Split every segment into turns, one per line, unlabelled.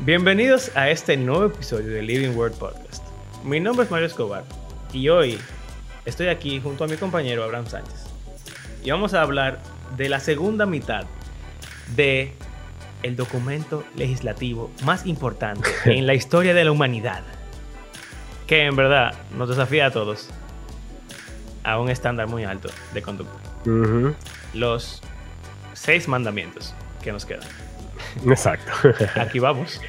Bienvenidos a este nuevo episodio de Living Word Podcast. Mi nombre es Mario Escobar y hoy estoy aquí junto a mi compañero Abraham Sánchez. Y vamos a hablar de la segunda mitad de el documento legislativo más importante en la historia de la humanidad, que en verdad nos desafía a todos a un estándar muy alto de conducta. Los 6 mandamientos que nos quedan.
Exacto.
Aquí vamos.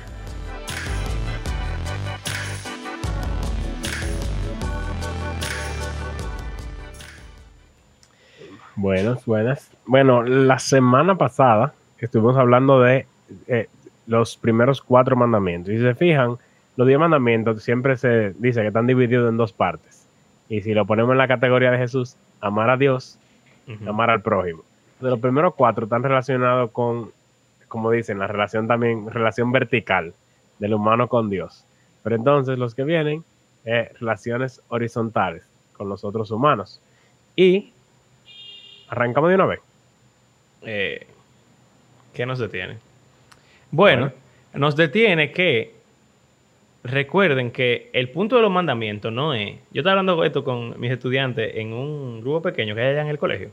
Buenas. Bueno, la semana pasada estuvimos hablando de los primeros 4 mandamientos. Y si se fijan, los 10 mandamientos siempre se dice que están divididos en 2 partes. Y si lo ponemos en la categoría de Jesús, amar a Dios, amar al prójimo. De los primeros 4 están relacionados con, como dicen, la relación también, relación vertical del humano con Dios. Pero entonces los que vienen, relaciones horizontales con los otros humanos. Y arrancamos de una vez.
¿Qué nos detiene? Bueno, nos detiene que recuerden que el punto de los mandamientos no es... Yo estaba hablando esto con mis estudiantes en un grupo pequeño que hay allá en el colegio.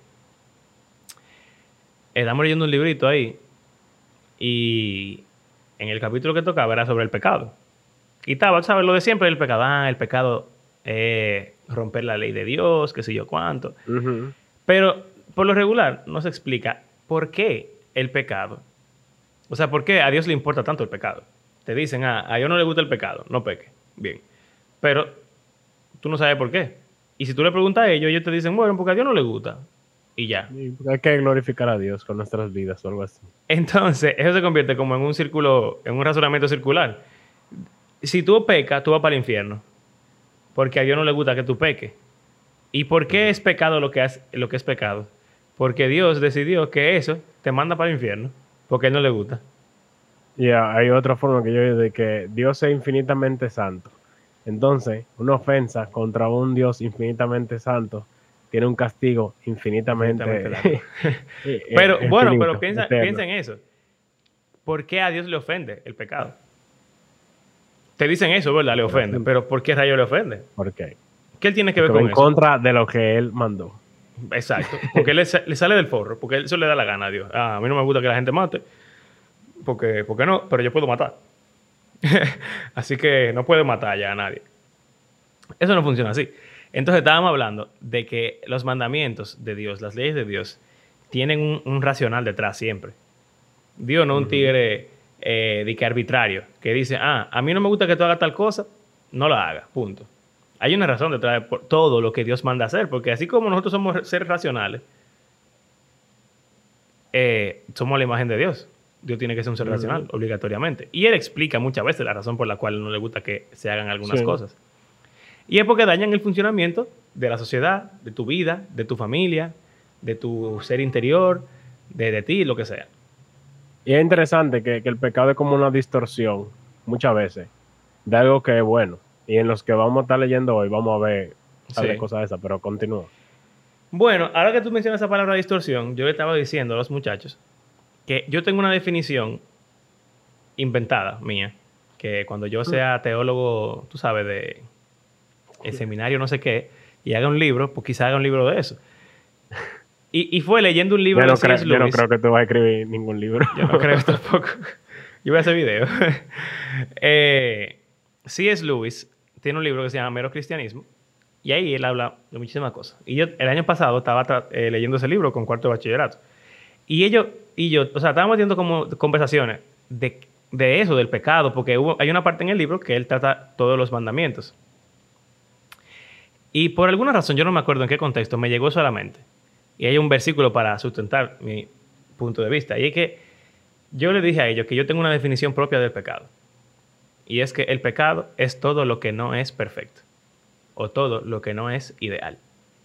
Estamos leyendo un librito ahí y en el capítulo que tocaba era sobre el pecado. Y estaba, ¿sabes? Lo de siempre del pecado. El pecado es romper la ley de Dios, qué sé yo cuánto. Pero por lo regular no se explica por qué el pecado. O sea, por qué a Dios le importa tanto el pecado. Te dicen, a Dios no le gusta el pecado, no peque. Bien. Pero tú no sabes por qué. Y si tú le preguntas a ellos te dicen, bueno, porque a Dios no le gusta. Y ya.
Hay que glorificar a Dios con nuestras vidas o algo así.
Entonces, eso se convierte como en un círculo, en un razonamiento circular. Si tú pecas, tú vas para el infierno. Porque a Dios no le gusta que tú peques. ¿Y por qué es pecado lo que es pecado? Porque Dios decidió que eso te manda para el infierno. Porque a Él no le gusta.
Hay otra forma que yo veo de que Dios es infinitamente santo. Entonces, una ofensa contra un Dios infinitamente santo tiene un castigo infinitamente
pero bueno, pero piensa en eso. ¿Por qué a Dios le ofende el pecado? Te dicen eso, ¿verdad? Le ofende. Pero ¿por qué rayo le ofende?
¿Por qué?
¿Qué Él tiene que ver con eso?
En contra de lo que Él mandó.
Exacto. Porque le sale del forro. Porque eso le da la gana a Dios. A mí no me gusta que la gente mate. Porque no, pero yo puedo matar. Así que no puedo matar ya a nadie. Eso no funciona así. Entonces estábamos hablando de que los mandamientos de Dios, las leyes de Dios, tienen un racional detrás siempre. Dios no es un tigre de que arbitrario, que dice, a mí no me gusta que tú hagas tal cosa, no la hagas, punto. Hay una razón detrás de todo lo que Dios manda hacer, porque así como nosotros somos seres racionales, somos la imagen de Dios. Dios tiene que ser un ser racional, obligatoriamente. Y Él explica muchas veces la razón por la cual no le gusta que se hagan algunas cosas. Y es porque dañan el funcionamiento de la sociedad, de tu vida, de tu familia, de tu ser interior, de ti, lo que sea.
Y es interesante que el pecado es como una distorsión, muchas veces, de algo que es bueno. Y en los que vamos a estar leyendo hoy, vamos a ver cosas de esas, pero continúa.
Bueno, ahora que tú mencionas esa palabra distorsión, yo le estaba diciendo a los muchachos que yo tengo una definición inventada mía, que cuando yo sea teólogo, tú sabes, de el seminario no sé qué, y haga un libro, pues quizá haga un libro de eso. Y fue leyendo un libro de C.S. Lewis.
Yo no creo que tú vas a escribir ningún libro.
Yo no creo tampoco. Yo voy a hacer video. C.S. Lewis tiene un libro que se llama Mero Cristianismo, y ahí él habla de muchísimas cosas. Y yo el año pasado estaba leyendo ese libro con cuarto de bachillerato. Y yo, o sea, estábamos teniendo como conversaciones de eso, del pecado, porque hay una parte en el libro que él trata todos los mandamientos. Y por alguna razón, yo no me acuerdo en qué contexto, me llegó solamente. Y hay un versículo para sustentar mi punto de vista. Y es que yo le dije a ellos que yo tengo una definición propia del pecado. Y es que el pecado es todo lo que no es perfecto. O todo lo que no es ideal.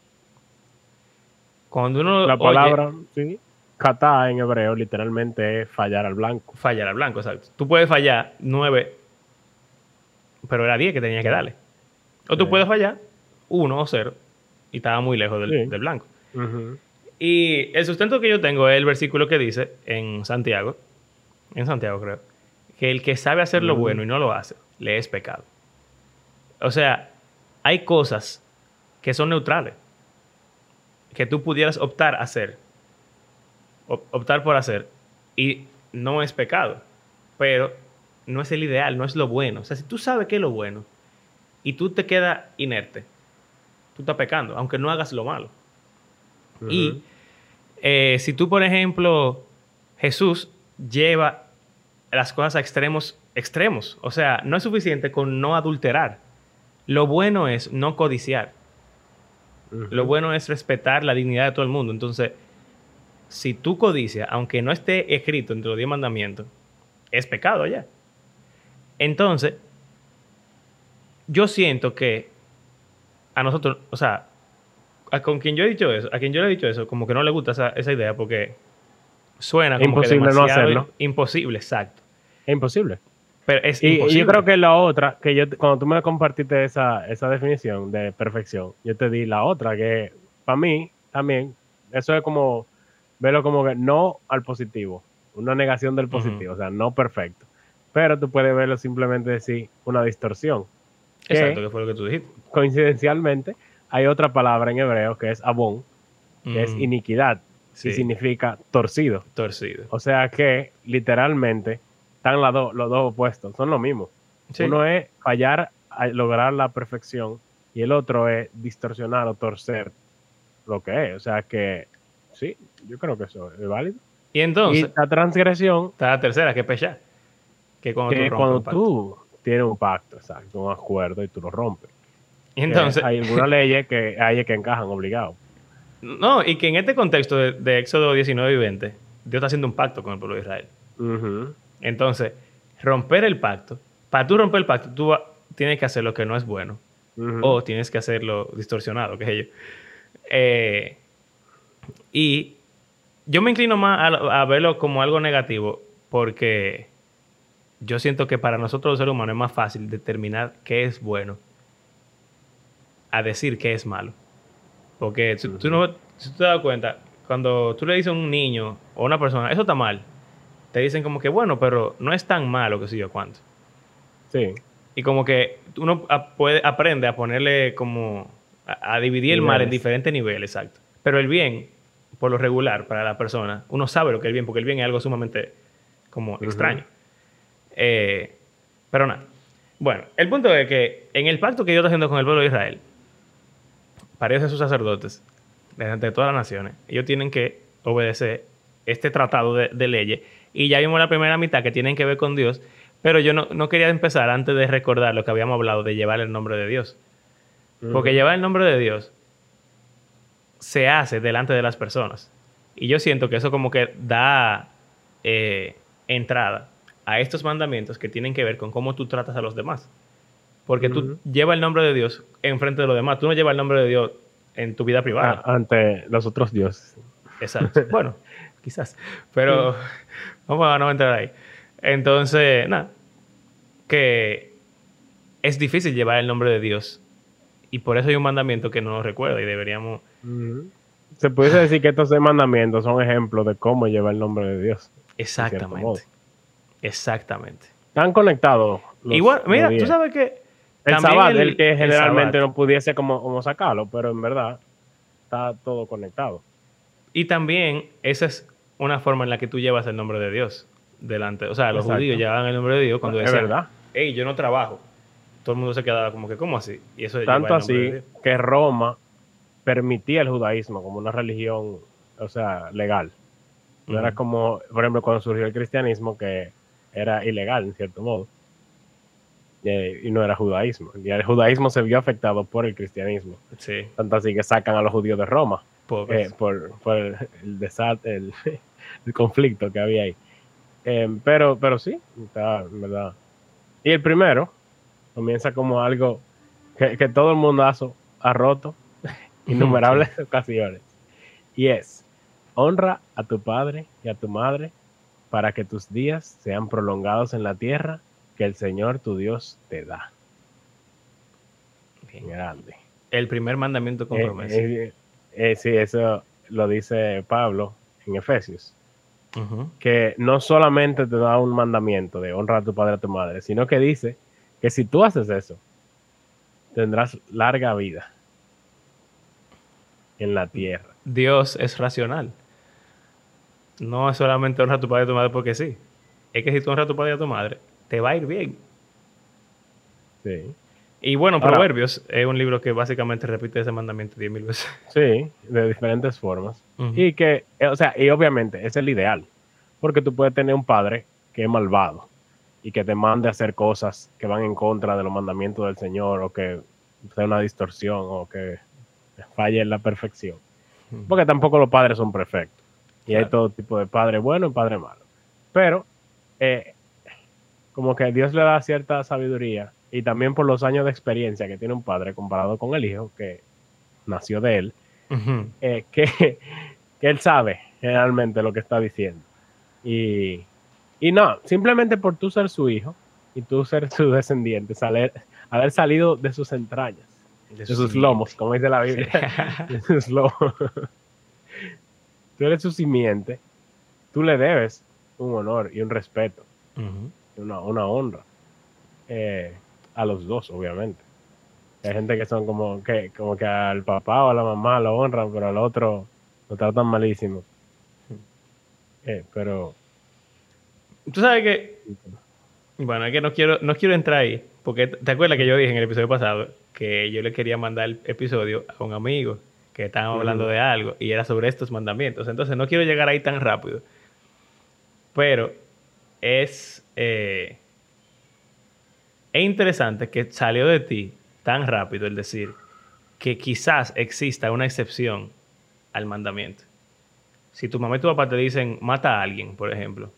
Cuando uno
la palabra, sí, kata en hebreo literalmente es fallar al blanco.
Fallar al blanco, exacto. Tú puedes fallar 9, pero era 10 que tenía que darle. O tú puedes fallar 1 o 0 y estaba muy lejos del blanco. Y el sustento que yo tengo es el versículo que dice en Santiago creo, que el que sabe hacer lo bueno y no lo hace, le es pecado. O sea, hay cosas que son neutrales, que tú pudieras optar a hacer, optar por hacer, y no es pecado, pero no es el ideal, no es lo bueno. O sea, si tú sabes qué es lo bueno y tú te quedas inerte, tú estás pecando, aunque no hagas lo malo. Y si tú, por ejemplo, Jesús lleva las cosas a extremos. O sea, no es suficiente con no adulterar. Lo bueno es no codiciar. Lo bueno es respetar la dignidad de todo el mundo. Entonces, si tú codicias, aunque no esté escrito entre los 10 mandamientos, es pecado ya. Entonces, yo siento que a nosotros, o sea, con quien yo he dicho eso, a quien yo le he dicho eso, como que no le gusta esa idea porque suena
Es
como que
imposible no
demasiado
hacerlo.
imposible, exacto.
Es imposible.
Pero es
Y
imposible.
yo creo que la otra, que yo cuando tú me compartiste esa definición de perfección, yo te di la otra, que para mí también, eso es como verlo como que no al positivo, una negación del positivo, o sea, no perfecto. Pero tú puedes verlo simplemente decir una distorsión.
Exacto, que fue lo que tú dijiste.
Coincidencialmente, hay otra palabra en hebreo que es abón, que es iniquidad,
Sí.
y significa torcido.
Torcido.
O sea que literalmente están los dos opuestos, son lo mismo.
Sí.
Uno es fallar a lograr la perfección y el otro es distorsionar o torcer lo que es. O sea que sí, yo creo que eso es válido.
Y entonces,
y la transgresión
está la tercera, que es pechar. Que cuando tú
que
rompes
cuando
un pacto.
tú tienes un pacto, exacto, un acuerdo y tú lo rompes.
Y entonces,
hay algunas leyes que encajan obligados.
no, y que en este contexto de Éxodo 19 y 20, Dios está haciendo un pacto con el pueblo de Israel. Entonces, romper el pacto, para tú romper el pacto, tú tienes que hacer lo que no es bueno. O tienes que hacerlo distorsionado, que es ello. Y yo me inclino más a verlo como algo negativo porque yo siento que para nosotros los seres humanos es más fácil determinar qué es bueno a decir qué es malo. Porque si tú te das cuenta, cuando tú le dices a un niño o a una persona, eso está mal, te dicen como que bueno, pero no es tan malo que sé yo cuánto.
Sí.
Y como que uno aprende a ponerle como a dividir el mal en diferentes niveles, exacto. Pero el bien, por lo regular, para la persona, uno sabe lo que es el bien, porque el bien es algo sumamente como extraño. Pero nada. Bueno, el punto es que en el pacto que Dios está haciendo con el pueblo de Israel, para sus sacerdotes, de todas las naciones, ellos tienen que obedecer este tratado de leyes. Y ya vimos la primera mitad que tienen que ver con Dios, pero yo no quería empezar antes de recordar lo que habíamos hablado de llevar el nombre de Dios. Porque llevar el nombre de Dios se hace delante de las personas. Y yo siento que eso como que da entrada a estos mandamientos que tienen que ver con cómo tú tratas a los demás. Porque tú llevas el nombre de Dios enfrente de los demás. Tú no llevas el nombre de Dios en tu vida privada.
Ante los otros dioses.
Exacto. Bueno, quizás. Pero vamos a no entrar ahí. Entonces, nada. Que es difícil llevar el nombre de Dios. Y por eso hay un mandamiento que no nos recuerda y deberíamos...
Se pudiese decir que estos 6 mandamientos son ejemplos de cómo llevar el nombre de Dios.
Exactamente. Exactamente.
Están conectados.
Igual, mira, tú sabes que...
El Sabbat, el que generalmente no pudiese como sacarlo, pero en verdad está todo conectado.
Y también esa es una forma en la que tú llevas el nombre de Dios delante. O sea, los judíos llevaban el nombre de Dios cuando decían,
verdad.
hey, yo no trabajo. Todo el mundo se quedaba como que, ¿cómo así? Y eso
tanto así que Roma permitía el judaísmo como una religión, o sea, legal. No era como, por ejemplo, cuando surgió el cristianismo, que era ilegal en cierto modo. Y no era judaísmo. Y el judaísmo se vio afectado por el cristianismo.
Sí.
Tanto así que sacan a los judíos de Roma por el desastre, el conflicto que había ahí. Pero sí, está, en verdad. Y el primero comienza como algo que todo el mundo ha roto innumerables ocasiones. Y es: honra a tu padre y a tu madre para que tus días sean prolongados en la tierra que el Señor tu Dios te da. Bien grande.
El primer mandamiento con promesa.
Sí, eso lo dice Pablo en Efesios.
Ujú.
que no solamente te da un mandamiento de honra a tu padre y a tu madre, sino que dice que si tú haces eso, tendrás larga vida en la tierra.
Dios es racional. No es solamente honra a tu padre y a tu madre porque sí. Es que si tú honras a tu padre y a tu madre, te va a ir bien.
Sí.
Y bueno,
Ahora,
Proverbios es un libro que básicamente repite ese mandamiento 10.000 veces.
sí, de diferentes formas.
Ujú.
Y que, o sea, y obviamente es el ideal, porque tú puedes tener un padre que es malvado y que te mande a hacer cosas que van en contra de los mandamientos del Señor, o que sea una distorsión, o que falle en la perfección. Porque tampoco los padres son perfectos. Y hay
Claro.
todo tipo de padre bueno y padre malo. Pero eh, como que Dios le da cierta sabiduría, y también por los años de experiencia que tiene un padre comparado con el hijo que nació de él,
Ujú.
que, que él sabe generalmente lo que está diciendo. Y, y no, simplemente por tú ser su hijo y tú ser su descendiente, haber salido de sus entrañas,
De
de
su
sus lomos,
simiente.
como dice la
Sí.
Biblia, de sus lomos. Tú eres su simiente, tú le debes un honor y un respeto,
Ujú.
una honra, eh, a los dos, obviamente. Hay gente que son como que al papá o a la mamá lo honran, pero al otro lo tratan malísimo. Pero
Tú sabes que, bueno, es que no quiero entrar ahí, porque te acuerdas que yo dije en el episodio pasado que yo le quería mandar el episodio a un amigo que estábamos hablando
ujú.
de algo y era sobre estos mandamientos. Entonces no quiero llegar ahí tan rápido, pero es, eh, es interesante que salió de ti tan rápido el decir que quizás exista una excepción al mandamiento. Si tu mamá y tu papá te dicen mata a alguien, por ejemplo,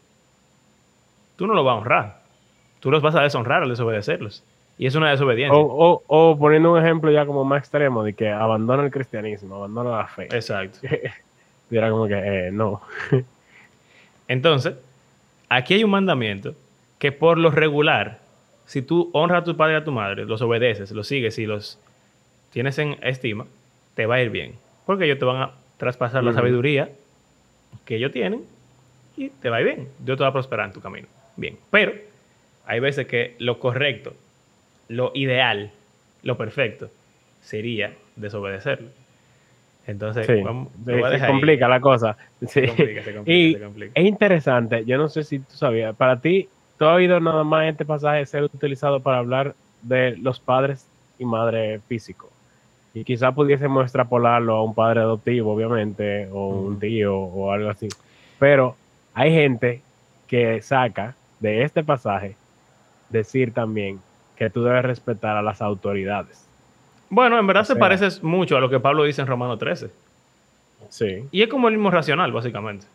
tú no lo vas a honrar. Tú los vas a deshonrar al desobedecerlos. Y es una desobediencia.
O poniendo un ejemplo ya como más extremo, de que abandona el cristianismo, abandona la fe.
Exacto.
Dirá como que no.
Entonces, aquí hay un mandamiento que por lo regular, si tú honras a tu padre y a tu madre, los obedeces, los sigues y los tienes en estima, te va a ir bien. Porque ellos te van a traspasar la
Ujú.
sabiduría que ellos tienen y te va a ir bien. Dios te va a prosperar en tu camino. Bien. Pero hay veces que lo correcto, lo ideal, lo perfecto, sería desobedecerlo. Entonces,
Sí,
lo voy a
se
dejar ahí.
complica la cosa.
Se
Sí.
complica, se complica, se
Y
complica.
es interesante, yo no sé si tú sabías, para ti, ¿tú has oído nada más este pasaje ser utilizado para hablar de los padres y madres físicos? Y quizá pudiésemos extrapolarlo a un padre adoptivo, obviamente, o un
Ujú.
tío o algo así. Pero hay gente que saca de este pasaje decir también que tú debes respetar a las autoridades.
Bueno, en verdad
O
se
sea,
parece mucho a lo que Pablo dice en Romano 13.
sí,
Y es como el mismo racional, básicamente.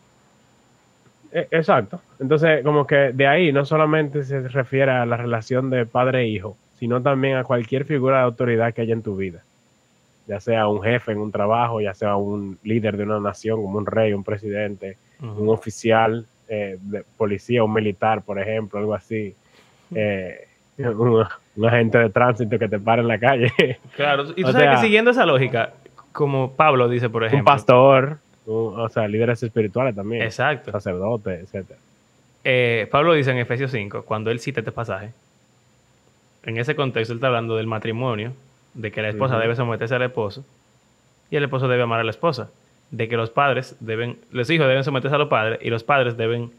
exacto. Entonces, como que de ahí no solamente se refiere a la relación de padre e hijo, sino también a cualquier figura de autoridad que haya en tu vida, ya sea un jefe en un trabajo, ya sea un líder de una nación, como un rey, un presidente, un
Ujú.
oficial de policía, un militar, por ejemplo, algo así, eh, un agente de tránsito que te para en la calle.
Claro, y tú
O
sabes que
sea,
siguiendo esa lógica, como Pablo dice, por
un
ejemplo,
pastor, o sea, líderes espirituales también,
exacto.
sacerdotes, etcétera.
Pablo dice en Efesios 5, cuando él cita este pasaje, en ese contexto él está hablando del matrimonio, de que la esposa
Ujú.
debe someterse al esposo y el esposo debe amar a la esposa, de que los hijos deben someterse a los padres y los padres deben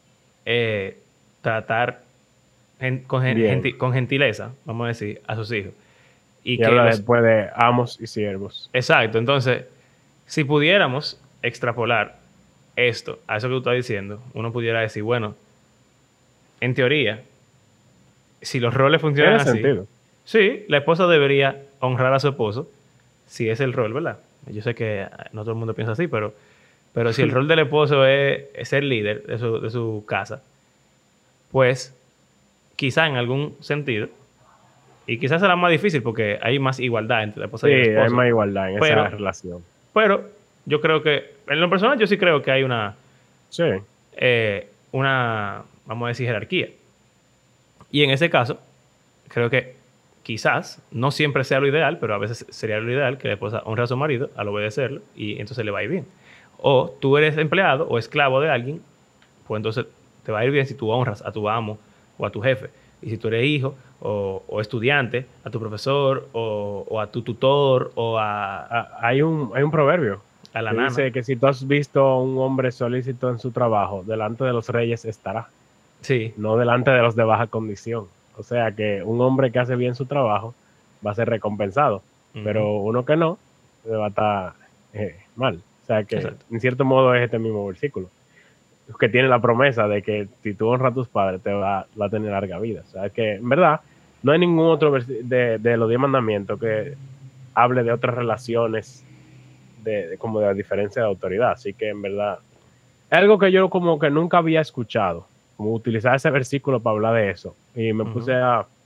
tratar
Bien.
con gentileza, vamos a decir, a sus hijos. Y
Y
que
habla
los...
después de amos y siervos.
Exacto, entonces, si pudiéramos extrapolar esto a eso que tú estás diciendo, uno pudiera decir, bueno, en teoría, si los roles funcionan
Tiene
así,
sentido.
sí, la esposa debería honrar a su esposo, si es el rol, ¿verdad? Yo sé que no todo el mundo piensa así, pero si el rol del esposo es ser líder de su casa, pues quizá en algún sentido, y quizás será más difícil porque hay más igualdad entre la esposa
Sí,
y el
hay
esposo,
más igualdad en esa
pero,
relación.
pero yo creo que, en lo personal, yo sí creo que hay
Sí,
vamos a decir, jerarquía. Y en ese caso, creo que quizás no siempre sea lo ideal, pero a veces sería lo ideal que la esposa honre a su marido al obedecerlo y entonces le va a ir bien. O tú eres empleado o esclavo de alguien pues entonces te va a ir bien si tú honras a tu amo o a tu jefe. Y si tú eres hijo o estudiante, a tu profesor o a tu tutor o
Hay un proverbio
a la
que
nana.
dice que si tú has visto a un hombre solícito en su trabajo, delante de los reyes estará,
Sí.
no delante de los de baja condición. O sea que un hombre que hace bien su trabajo va a ser recompensado,
Ujú.
pero uno que no, va a estar mal. O sea que,
Exacto.
en cierto modo, es este mismo versículo, que tiene la promesa de que si tú honras a tus padres, va a tener larga vida. O sea que, en verdad, no hay ningún otro de los 10 mandamientos que hable de otras relaciones como de la diferencia de autoridad. Así que, en verdad, es algo que yo como que nunca había escuchado, como utilizar ese versículo para hablar de eso. Y me puse
Ujú.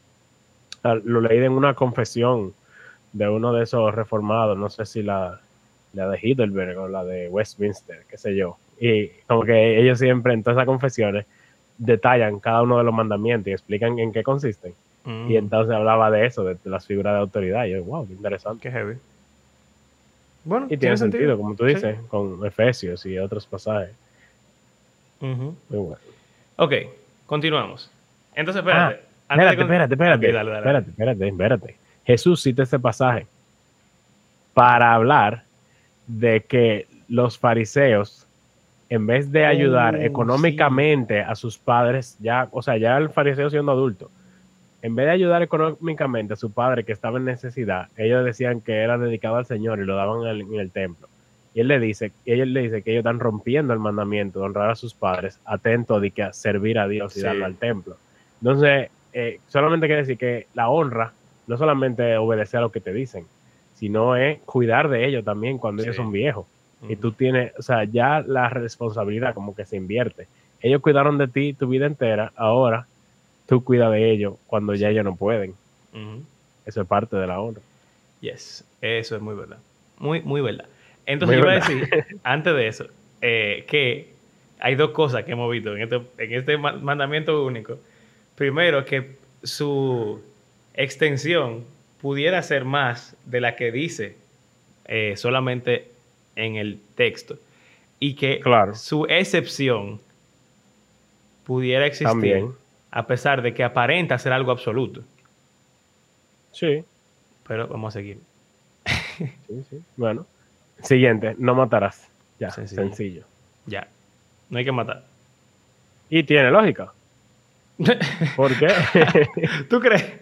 lo leí en una confesión de uno de esos reformados, no sé si la de Heidelberg o la de Westminster, qué sé yo. Y como que ellos siempre en todas esas confesiones detallan cada uno de los mandamientos y explican en qué consisten. Y
Mm,
entonces hablaba de eso, de las figuras de autoridad. Y yo, wow, qué interesante.
qué heavy. Bueno,
Y
tiene
tiene
sentido.
sentido, como tú
Sí.
dices, con Efesios y otros pasajes.
Ujú.
Muy bueno.
Ok, continuamos. Entonces,
Ah,
espérate. Antes de... Ok,
espérate,
dale, dale, dale.
espérate. Jesús cita este pasaje para hablar de que los fariseos, en vez de ayudar
Oh, sí.
económicamente a sus padres, ya, o sea, ya el fariseo siendo adulto, en vez de ayudar económicamente a su padre que estaba en necesidad, ellos decían que era dedicado al Señor y lo daban en el templo. Y él le dice que ellos están rompiendo el mandamiento de honrar a sus padres, atento de que a servir a Dios y darlo
Sí.
al templo. Entonces, solamente quiere decir que la honra no solamente obedecer a lo que te dicen, sino es cuidar de ellos también cuando ellos
Sí.
son viejos. Y tú
Ujú.
tienes, o sea, ya la responsabilidad como que se invierte. Ellos cuidaron de ti tu vida entera, ahora tú cuidas de ellos cuando ya
Sí.
ellos no pueden.
Ujú.
Eso es parte de la honra.
Yes, eso es muy verdad. Muy, muy verdad. Entonces
Muy
yo iba a
verdad.
decir, antes de eso, que hay dos cosas que hemos visto en este mandamiento único. Primero, que su extensión pudiera ser más de la que dice solamente en el texto. Y que
Claro,
su excepción pudiera existir
también.
a pesar de que aparenta ser algo absoluto.
Sí,
Pero vamos a seguir.
sí, sí. Bueno, siguiente, no matarás. Ya,
Sencillo.
sencillo.
Ya. No hay que matar.
Y tiene lógica. ¿Por qué?
¿Tú crees?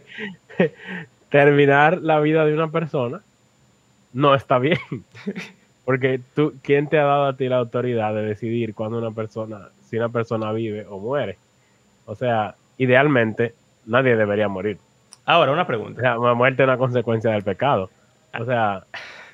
Terminar la vida de una persona no está bien. Porque ¿quién te ha dado a ti la autoridad de decidir si una persona vive o muere? O sea, idealmente, nadie debería morir.
Ahora, una
O
pregunta.
sea, la muerte es una consecuencia del pecado. O
Ah,
sea,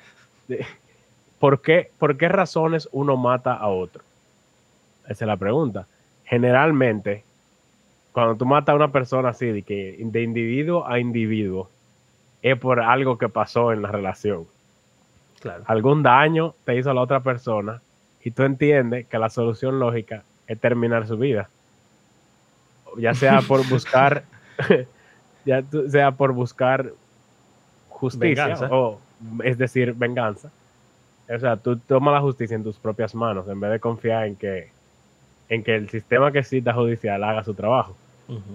¿por qué razones uno mata a otro? Esa es la pregunta. Generalmente, cuando tú matas a una persona así, de individuo a individuo, es por algo que pasó en la relación.
claro.
Algún daño te hizo la otra persona y tú entiendes que la solución lógica es terminar su vida. Ya sea por buscar, sea por buscar justicia
Venganza.
o, es decir, venganza. O sea, tú tomas la justicia en tus propias manos en vez de confiar en que el sistema que exista judicial haga su trabajo,
Ujú.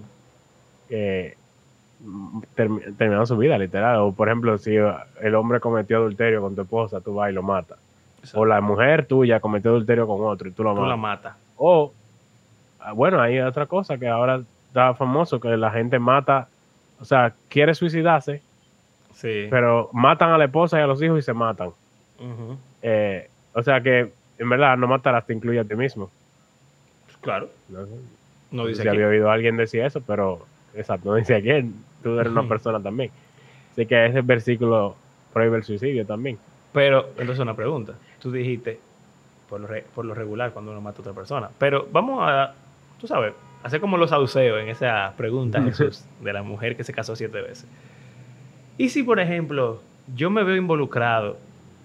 terminando su vida, literal. O, por ejemplo, si el hombre cometió adulterio con tu esposa, tú vas y lo matas. O
Exacto.
la mujer tuya cometió adulterio con otro y tú lo
Tú la
matas.
matas.
O, bueno, hay otra cosa que ahora está famoso, que la gente mata, o sea, quiere suicidarse,
Sí.
pero matan a la esposa y a los hijos y se matan.
Ujú.
O sea que, en verdad, no matarás te incluye a ti mismo.
Claro.
No sé,
No
no sé
dice
si
aquí.
había oído a alguien decir eso, pero exacto, no dice aquí, tú eres una persona también. Así que ese versículo prohíbe el suicidio también.
Pero, entonces una pregunta. Tú dijiste, por lo regular, cuando uno mata a otra persona. Pero vamos a, tú sabes, hacer como los saduceos en esa pregunta, Jesús, de la mujer que se casó 7 veces. ¿Y si, por ejemplo, yo me veo involucrado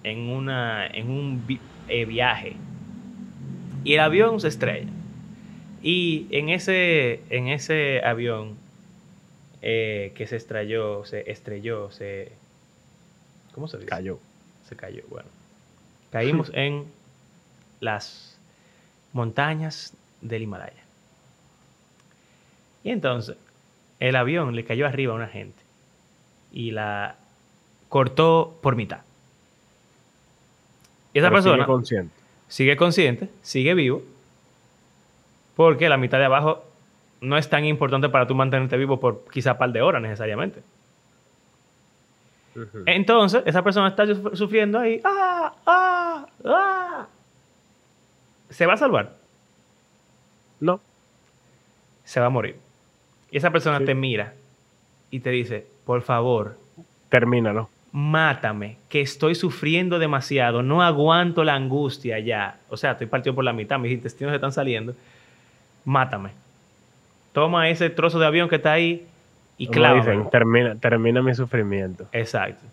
en un viaje y el avión se estrella? Y en ese avión que se estrelló, ¿cómo se dice?
Cayó.
Se cayó. Bueno, caímos en las montañas del Himalaya. Y entonces, el avión le cayó arriba a una gente y la cortó por mitad. Y esa
Pero sigue
persona
consciente.
sigue consciente, sigue vivo, porque la mitad de abajo no es tan importante para tú mantenerte vivo por quizá un par de horas necesariamente.
Ujú.
Entonces, esa persona está sufriendo ahí. ¡Ah! ¡Ah! ¡Ah! ¿Se va a salvar?
No,
Se va a morir. Y esa persona
sí.
te mira y te dice, por favor,
Termínalo.
mátame, que estoy sufriendo demasiado, no aguanto la angustia ya. O sea, estoy partido por la mitad, mis intestinos se están saliendo. Mátame. Toma ese trozo de avión que está ahí y
Como dicen,
clávamelo.
termina mi sufrimiento.
Exacto.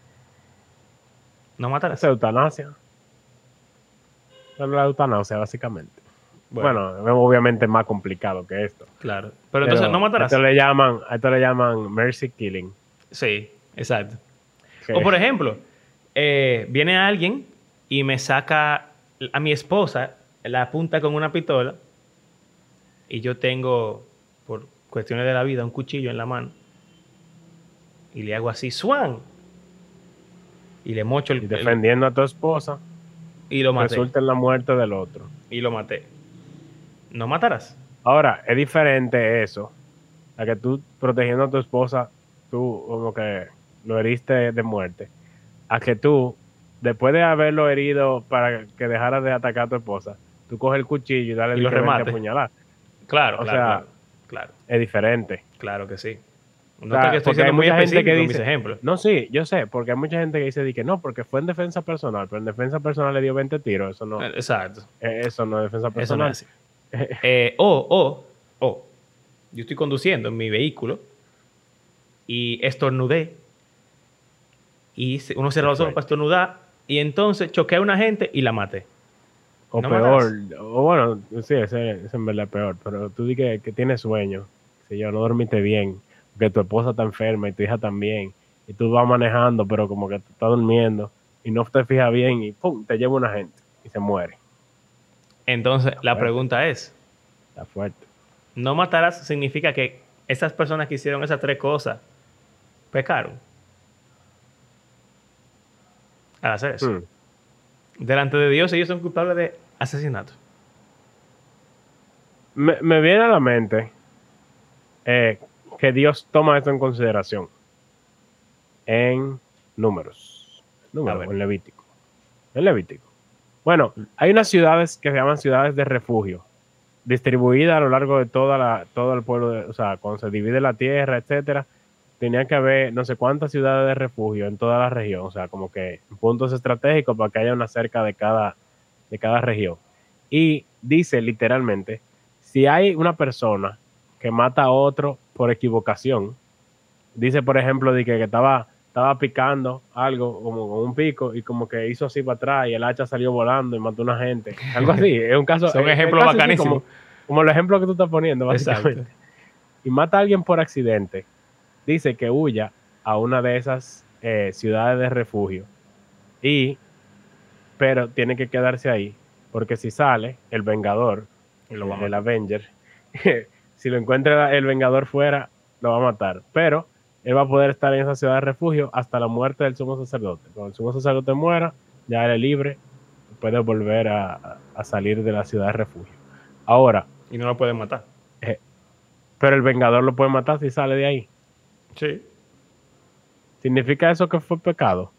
¿No
Esa
matarás?
es eutanasia. Esa es la eutanasia, básicamente.
Bueno,
Bueno, obviamente es más complicado que esto.
claro. Pero entonces, ¿no
A
matarás?
esto le llaman mercy killing.
Sí, exacto.
Que-
O por ejemplo, viene alguien y me saca a mi esposa, la apunta con una pistola y yo tengo, por cuestiones de la vida, un cuchillo en la mano y le hago así, ¡swan! Y le mocho
y defendiendo a tu esposa,
y lo maté.
resulta en la muerte del otro.
Y lo maté. ¿No matarás?
Ahora, es diferente eso, a que tú protegiendo a tu esposa, tú como que lo heriste de muerte, a que tú, después de haberlo herido para que dejara de atacar a tu esposa, tú coges el cuchillo y dale
Y lo
vente a
remate.
apuñalar.
Claro,
O
claro,
sea,
claro. Claro,
es diferente.
claro que sí. No
O sea,
te que estoy
porque hay
siendo muy
mucha gente
específico
que
en mis
dice,
ejemplos.
no, sí, yo sé, porque hay mucha gente que dice de que no, porque fue en defensa personal, pero en defensa personal le dio 20 tiros,
Exacto.
eso no es defensa
Eso no
personal.
es así. Yo estoy conduciendo en mi vehículo y estornudé y uno cierra los ojos para estornudar y entonces choqué a una gente y la maté.
O
¿No
peor,
matarás?
o bueno, sí, ese en verdad es peor, pero tú di que tienes sueño, si yo no dormiste bien, que tu esposa está enferma y tu hija también, y tú vas manejando, pero como que tú estás durmiendo y no te fijas bien y pum, te lleva una gente y se muere.
Entonces, la
Fuerte.
pregunta es,
Está fuerte.
¿no matarás significa que esas personas que hicieron esas tres cosas pecaron al hacer eso?
Hmm.
Delante de Dios ellos son culpables de asesinato.
Me viene a la mente que Dios toma esto en consideración en números,
A ver.
en Levítico. En Levítico. Bueno, hay unas ciudades que se llaman ciudades de refugio, distribuidas a lo largo de todo el pueblo, o sea, cuando se divide la tierra, etcétera, tenía que haber no sé cuántas ciudades de refugio en toda la región, o sea, como que puntos estratégicos para que haya una cerca de cada región. Y dice literalmente, si hay una persona que mata a otro por equivocación, dice por ejemplo de que estaba picando algo como con un pico y como que hizo así para atrás y el hacha salió volando y mató a una gente, algo así, es un caso,
Son
es
ejemplos
casi así
bacanísimos.
como el ejemplo que tú estás poniendo básicamente.
Exacto.
Y mata a alguien por accidente, dice que huya a una de esas ciudades de refugio, pero tiene que quedarse ahí, porque si sale el Vengador,
Y lo va a
el
matar.
Avenger, si lo encuentra el Vengador fuera, lo va a matar, pero él va a poder estar en esa ciudad de refugio hasta la muerte del sumo sacerdote. Cuando el sumo sacerdote muera, ya él es libre, puede volver a salir de la ciudad de refugio. Ahora,
Y no lo pueden matar.
pero el Vengador lo puede matar si sale de ahí.
Sí.
¿Significa eso que fue pecado?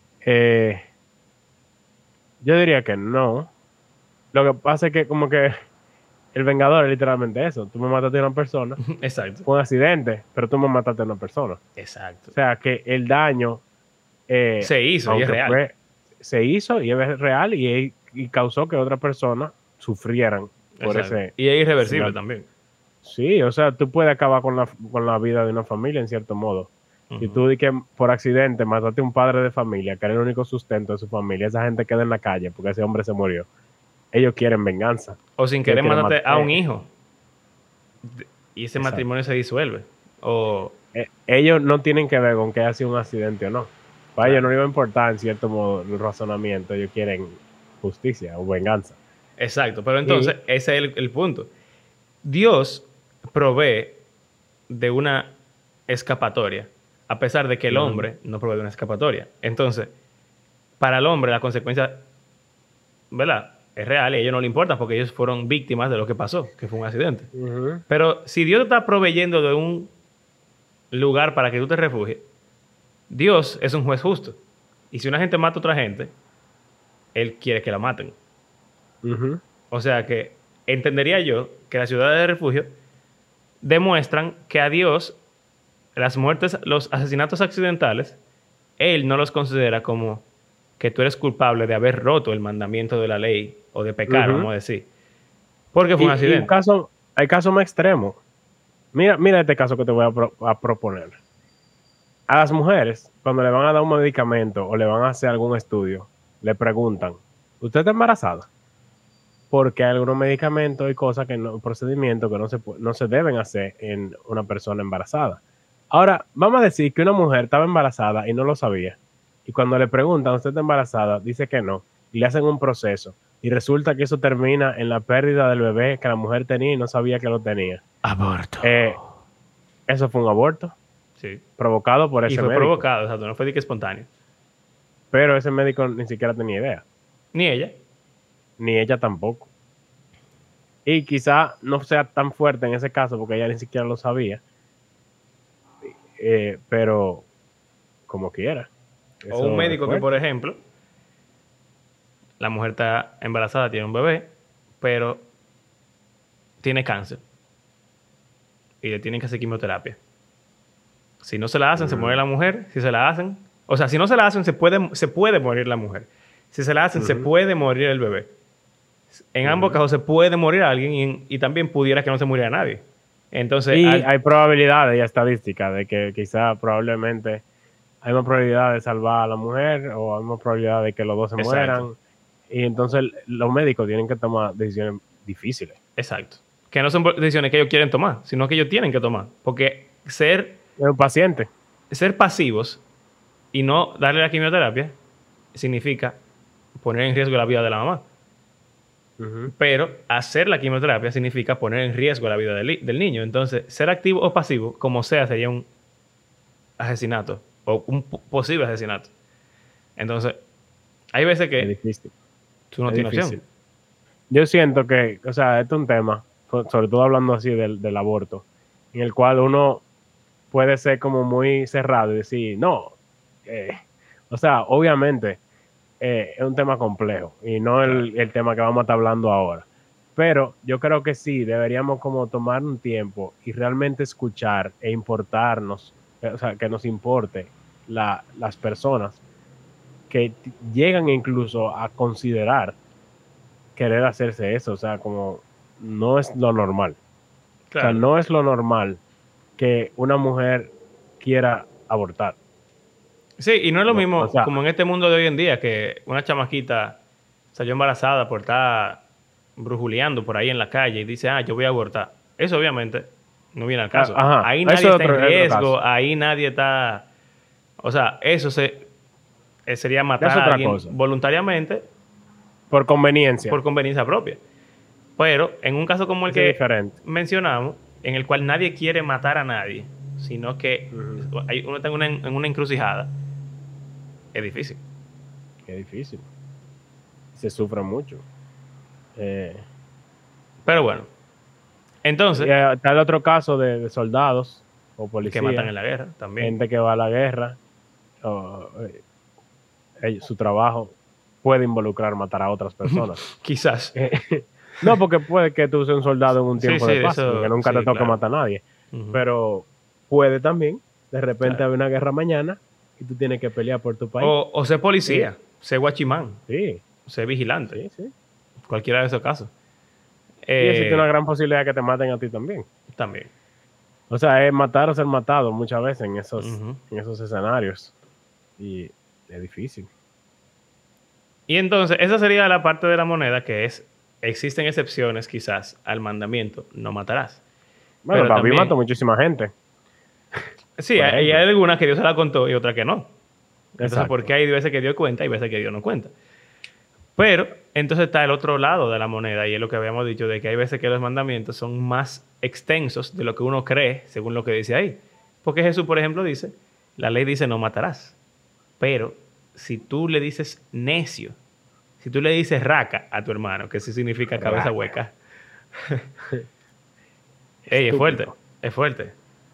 Yo diría que no. Lo que pasa es que como que el Vengador es literalmente eso. Tú me mataste a una persona,
Exacto.
fue un accidente, pero tú me mataste a una persona.
Exacto.
O sea que el daño
Se hizo y es
aunque
real.
se hizo y es real y causó que otras personas sufrieran por
Exacto.
ese.
Y es irreversible
ese-
también.
Sí, o sea, tú puedes acabar con la vida de una familia en cierto modo. Si
Ujú.
tú di que por accidente mataste a un padre de familia, que era el único sustento de su familia, esa gente queda en la calle porque ese hombre se murió. Ellos quieren venganza.
O sin
Ellos
querer
quieren
mataste a un
matar.
hijo. Y ese
Exacto.
matrimonio se disuelve. O
Ellos no tienen que ver con que haya sido un accidente o no. Para
Claro.
ellos no les va a importar en cierto modo el razonamiento. Ellos quieren justicia o venganza.
Exacto, pero entonces ese es el punto. Dios provee de una escapatoria, a pesar de que el hombre no provee de una escapatoria. Entonces, para el hombre la consecuencia, ¿verdad? Es real y a ellos no le importa porque ellos fueron víctimas de lo que pasó, que fue un accidente.
Ujú.
Pero si Dios te está proveyendo de un lugar para que tú te refugies, Dios es un juez justo. Y si una gente mata a otra gente, Él quiere que la maten.
Ujú.
O sea que entendería yo que las ciudades de refugio demuestran que a Dios las muertes, los asesinatos accidentales, Él no los considera como que tú eres culpable de haber roto el mandamiento de la ley o de pecar,
Ujú.
vamos a decir. Porque fue un
Y
accidente.
hay casos más extremos. Mira este caso que te voy a proponer. A las mujeres, cuando le van a dar un medicamento o le van a hacer algún estudio, le preguntan, ¿usted está embarazada? Porque hay algunos medicamentos y cosas que no, procedimientos que no se deben hacer en una persona embarazada. Ahora, vamos a decir que una mujer estaba embarazada y no lo sabía. Y cuando le preguntan, ¿usted está embarazada? Dice que no. Y le hacen un proceso. Y resulta que eso termina en la pérdida del bebé que la mujer tenía y no sabía que lo tenía.
Aborto.
Eso fue un aborto
Sí.
provocado por
Y
ese
fue
médico.
provocado, o sea, no fue de que espontáneo.
Pero ese médico ni siquiera tenía idea.
Ni ella.
Ni ella tampoco. Y quizá no sea tan fuerte en ese caso porque ella ni siquiera lo sabía. Pero como quiera.
O un
Eso es
médico que,
fuerte.
por ejemplo, la mujer está embarazada, tiene un bebé, pero tiene cáncer. Y le tienen que hacer quimioterapia. Si no se la hacen, se muere la mujer. Si se la hacen... O sea, si no se la hacen, se puede morir la mujer. Si se la hacen, se puede morir el bebé. En ambos casos se puede morir alguien y también pudiera que no se muriera nadie. Entonces,
Y hay probabilidades y estadísticas de que quizá probablemente hay más probabilidad de salvar a la mujer o hay más probabilidad de que los dos se
Exacto.
mueran. Y entonces los médicos tienen que tomar decisiones difíciles.
exacto. Que no son decisiones que ellos quieren tomar, sino que ellos tienen que tomar. Porque ser
Es un paciente.
pasivos y no darle la quimioterapia significa poner en riesgo la vida de la mamá. Pero hacer la quimioterapia significa poner en riesgo la vida del niño. Entonces, ser activo o pasivo, como sea, sería un asesinato o un posible asesinato. Entonces, hay veces
Es
que
difícil.
tú no
Es
tienes
difícil.
opción.
Yo siento que, o sea, esto es un tema, sobre todo hablando así del aborto, en el cual uno puede ser como muy cerrado y decir, no, o sea, obviamente es un tema complejo y no el tema que vamos a estar hablando ahora. Pero yo creo que sí, deberíamos como tomar un tiempo y realmente escuchar e importarnos, o sea, que nos importe las personas que llegan incluso a considerar querer hacerse eso, o sea, como no es lo normal.
Claro.
O sea, no es lo normal que una mujer quiera abortar.
Sí, y no es lo
No,
mismo
o sea,
como en este mundo de hoy en día que una chamaquita salió embarazada por estar brujuleando por ahí en la calle y dice, yo voy a abortar. Eso obviamente no viene al caso.
ajá,
Ahí
eso
nadie
es
está en
otro
riesgo,
caso.
ahí nadie está... O sea, eso sería matar
Es
a
otra
alguien
cosa.
voluntariamente
Por conveniencia.
por conveniencia propia. Pero en un caso como el
Eso es
que
diferente.
mencionamos, en el cual nadie quiere matar a nadie, sino que uno está en una encrucijada, es difícil.
Qué difícil. Se sufre mucho.
Pero bueno, entonces,
Y está el otro caso de soldados o
que
policías.
matan en la guerra también.
Gente que va a la guerra. Su trabajo puede involucrar matar a otras personas.
Quizás.
No, porque puede que tú seas un soldado en un
Sí,
tiempo
sí,
de paz,
eso-
que nunca
sí,
te toque
claro.
matar a nadie.
Ujú.
Pero puede también, de repente
Claro.
haber una guerra mañana y tú tienes que pelear por tu país.
O ser policía, ser guachimán,
Sí,
ser vigilante,
sí, sí.
cualquiera de esos casos.
Y existe una gran posibilidad que te maten a ti también.
También.
O sea, es matar o ser matado muchas veces en
Ujú.
esos escenarios. Y es difícil.
Y entonces, esa sería la parte de la moneda que es, existen excepciones quizás al mandamiento, no matarás.
Bueno,
Pero
David
también-
mató muchísima gente.
Sí,
Por
hay
ejemplo.
algunas que Dios se la contó y otras que no. Entonces,
Exacto.
¿por qué hay veces que Dios cuenta y veces que Dios no cuenta? Pero entonces está el otro lado de la moneda y es lo que habíamos dicho de que hay veces que los mandamientos son más extensos de lo que uno cree según lo que dice ahí. Porque Jesús, por ejemplo, dice, la ley dice no matarás. Pero si tú le dices necio, si tú le dices raca a tu hermano, que sí significa cabeza
Raca.
hueca, ey, es fuerte,
Estúpido.
es fuerte.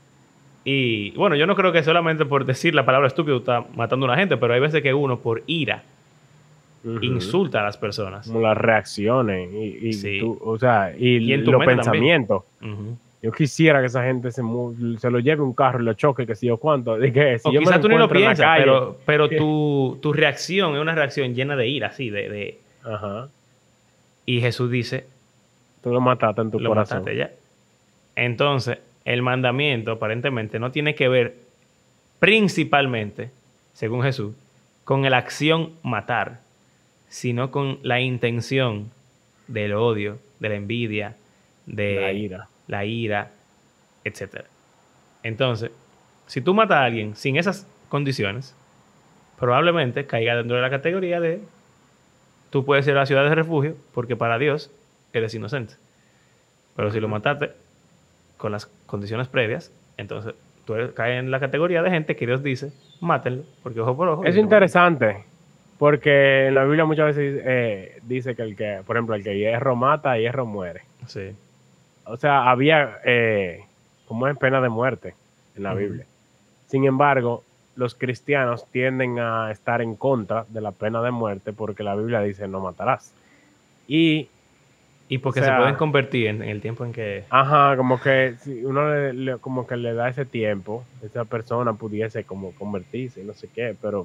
Y bueno, yo no creo que solamente por decir la palabra estúpido está matando a una gente, pero hay veces que uno por ira
Ujú.
insulta a las personas.
Como las reacciones
Sí.
o sea,
Y en tu
los
mente también.
pensamientos.
Ujú.
Yo quisiera que esa gente se lo lleve un carro y lo choque, que si yo cuánto. De que si
O
yo me lo
quizás tú ni lo
encuentro en la
piensas,
calle.
pero tu reacción es una reacción llena de ira, así,
Ajá.
Y Jesús dice,
Tú lo mataste en tu
lo
corazón.
mataste ya. Entonces, el mandamiento aparentemente no tiene que ver principalmente, según Jesús, con la acción matar, sino con la intención del odio, de la envidia,
La
de
ira.
la ira, etc. Entonces, si tú matas a alguien sin esas condiciones, probablemente caiga dentro de la categoría de tú puedes ir a la ciudad de refugio porque para Dios eres inocente. Pero si lo
Ujú.
mataste con las condiciones previas, entonces tú caes en la categoría de gente que Dios dice, mátenlo, porque ojo por ojo.
Es
Diente por diente.
interesante, porque en la Biblia muchas veces dice que, por ejemplo, el que hierro mata, hierro muere.
Sí.
O sea, había como es pena de muerte en la
Ujú.
Biblia. Sin embargo, los cristianos tienden a estar en contra de la pena de muerte porque la Biblia dice no matarás. Y,
Y
o
porque se pueden
sea,
convertir en el tiempo en que...
ajá, como que si uno como que le da ese tiempo, esa persona pudiese como convertirse y no sé qué, pero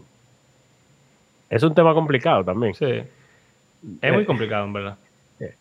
es un tema complicado también.
Sí, es muy
Eh,
complicado, en verdad.
eh,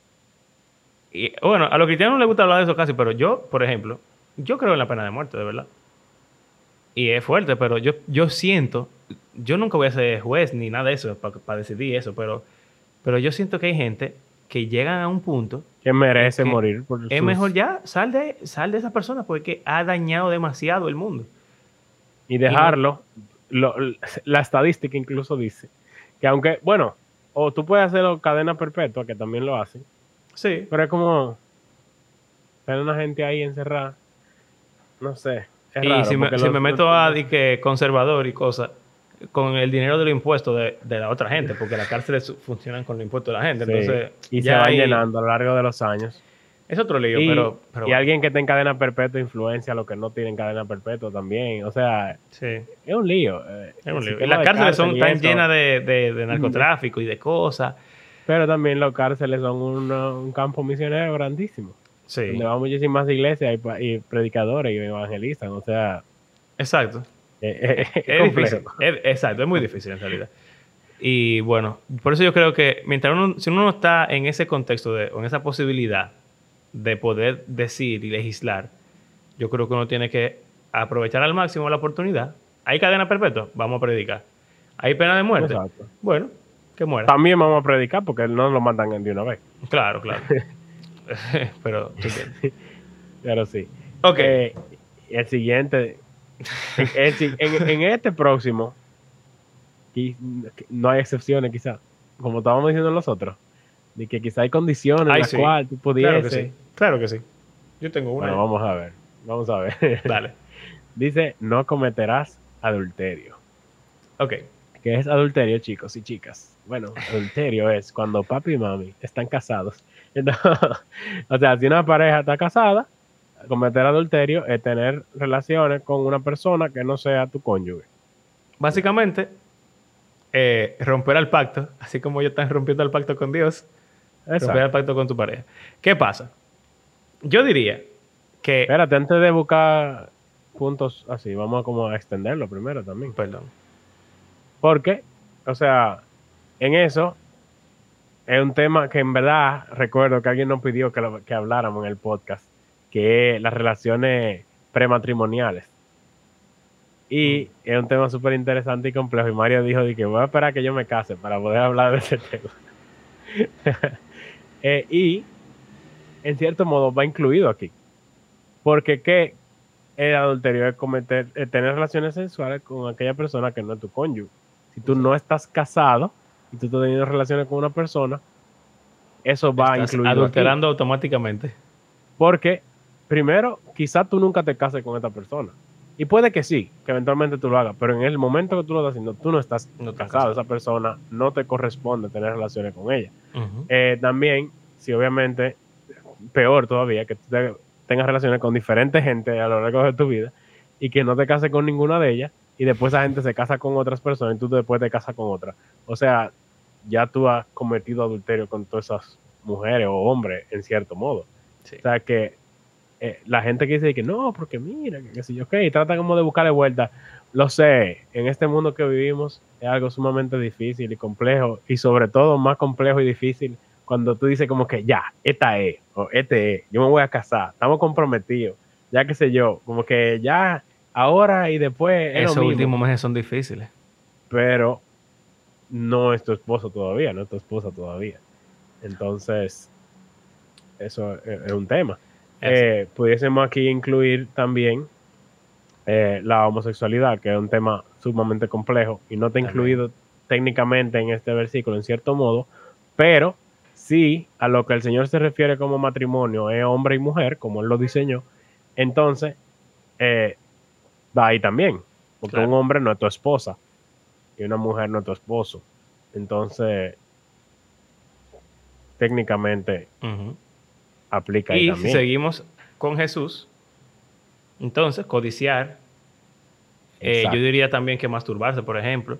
Y bueno, a los cristianos no les gusta hablar de eso casi, pero yo, por ejemplo, yo creo en la pena de muerte, de verdad. Y es fuerte, pero yo siento, yo nunca voy a ser juez ni nada de eso para decidir eso, pero yo siento que hay gente que llegan a un punto
que
en
merece
que
morir por
es mejor
sus...
ya sal de esa persona porque ha dañado demasiado el mundo.
Y
Y no,
dejarlo, lo- la estadística incluso dice que aunque, bueno, o tú puedes hacerlo cadena perpetua, que también lo hacen,
sí.
pero es como tener una gente ahí encerrada, no sé, es
Y
raro, porque
si me meto a di que conservador y cosas, con el dinero de los impuestos de la otra gente, porque las cárceles funcionan con los impuestos de la gente,
sí,
entonces
y se
ya
van
ahí
llenando a lo largo de los años.
es otro lío, pero
Y
bueno,
alguien que esté en cadena perpetua influencia a los que no tienen cadena perpetua también, o sea,
sí,
es un lío.
es
El
un lío. Y
sistema
las
de
cárceles
cárcel
son
y
tan
eso,
llenas de narcotráfico y de cosas.
pero también los cárceles son un campo misionero grandísimo, donde
Sí,
van muchísimas iglesias y predicadores y evangelizan, o sea,
exacto.
es
Es
complejo.
difícil, exacto, es muy difícil en realidad. Y bueno, por eso yo creo que mientras uno, si uno no está en ese contexto o en esa posibilidad de poder decir y legislar, yo creo que uno tiene que aprovechar al máximo la oportunidad. ¿Hay cadena perpetua? Vamos a predicar. ¿Hay pena de muerte?
Exacto.
Bueno, que muera.
También vamos a predicar porque no lo matan de una vez,
Claro, claro. Pero, ¿tú entiendes?
pero sí.
Ok.
Eh, el siguiente, en este próximo, y no hay excepciones quizás, como estábamos diciendo nosotros, de que quizá hay condiciones en
Ay,
las
sí.
cuales tú
Claro que sí.
pudiese.
Claro que sí. Yo tengo una
Bueno,
ya.
vamos a ver.
Dale.
Dice, no cometerás adulterio.
Ok.
¿Qué es adulterio, chicos y chicas? Bueno, adulterio es cuando papi y mami están casados. Entonces, o sea, si una pareja está casada, cometer adulterio es tener relaciones con una persona que no sea tu cónyuge.
Básicamente, romper el pacto, así como ellos están rompiendo el pacto con Dios, romper el
Exacto.
pacto con tu pareja. ¿Qué pasa? Yo diría que,
Espérate, antes de buscar puntos así, vamos a como a extenderlo primero también.
perdón,
Porque, o sea, en eso es un tema que en verdad recuerdo que alguien nos pidió que habláramos en el podcast, que es las relaciones prematrimoniales. Y es un tema súper interesante y complejo. Y Mario dijo de que voy a esperar a que yo me case para poder hablar de ese tema. Y en cierto modo va incluido aquí. Porque ¿qué el adulterio? Es tener relaciones sexuales con aquella persona que no es tu cónyuge. Si tú no estás casado, y tú estás teniendo relaciones con una persona, eso va
Estás
incluido aquí.
adulterando automáticamente.
Porque, primero, quizás tú nunca te cases con esta persona. Y puede que sí, que eventualmente tú lo hagas, pero en el momento que tú lo estás haciendo, tú no estás
No estás
casado.
casado.
Esa persona no te corresponde tener relaciones con ella.
Ujú.
También, si obviamente, peor todavía, que tú tengas relaciones con diferentes gente a lo largo de tu vida y que no te cases con ninguna de ellas y después esa gente se casa con otras personas y tú después te casas con otra. O sea, ya tú has cometido adulterio con todas esas mujeres o hombres en cierto modo.
Sí.
O sea que la gente que dice que no, porque mira, que si yo, ok, trata como de buscarle vuelta. Lo sé, en este mundo que vivimos es algo sumamente difícil y complejo, y sobre todo más complejo y difícil cuando tú dices como que ya, esta es, o este es, yo me voy a casar, estamos comprometidos, ya qué sé yo, como que ya, ahora y después es lo
Esos
mismo,
últimos meses son difíciles.
pero no es tu esposo todavía, no es tu esposa todavía. Entonces, eso es un tema. Pudiésemos aquí incluir también la homosexualidad, que es un tema sumamente complejo y no está
También.
incluido técnicamente en este versículo, en cierto modo, pero sí a lo que el Señor se refiere como matrimonio es hombre y mujer, como Él lo diseñó, entonces va ahí también, porque
Claro.
un hombre no es tu esposa y una mujer no es tu esposo. Entonces, técnicamente
Ujú.
aplica ahí
Y si
también.
seguimos con Jesús, entonces codiciar, yo
Exacto.
diría también que masturbarse, por ejemplo.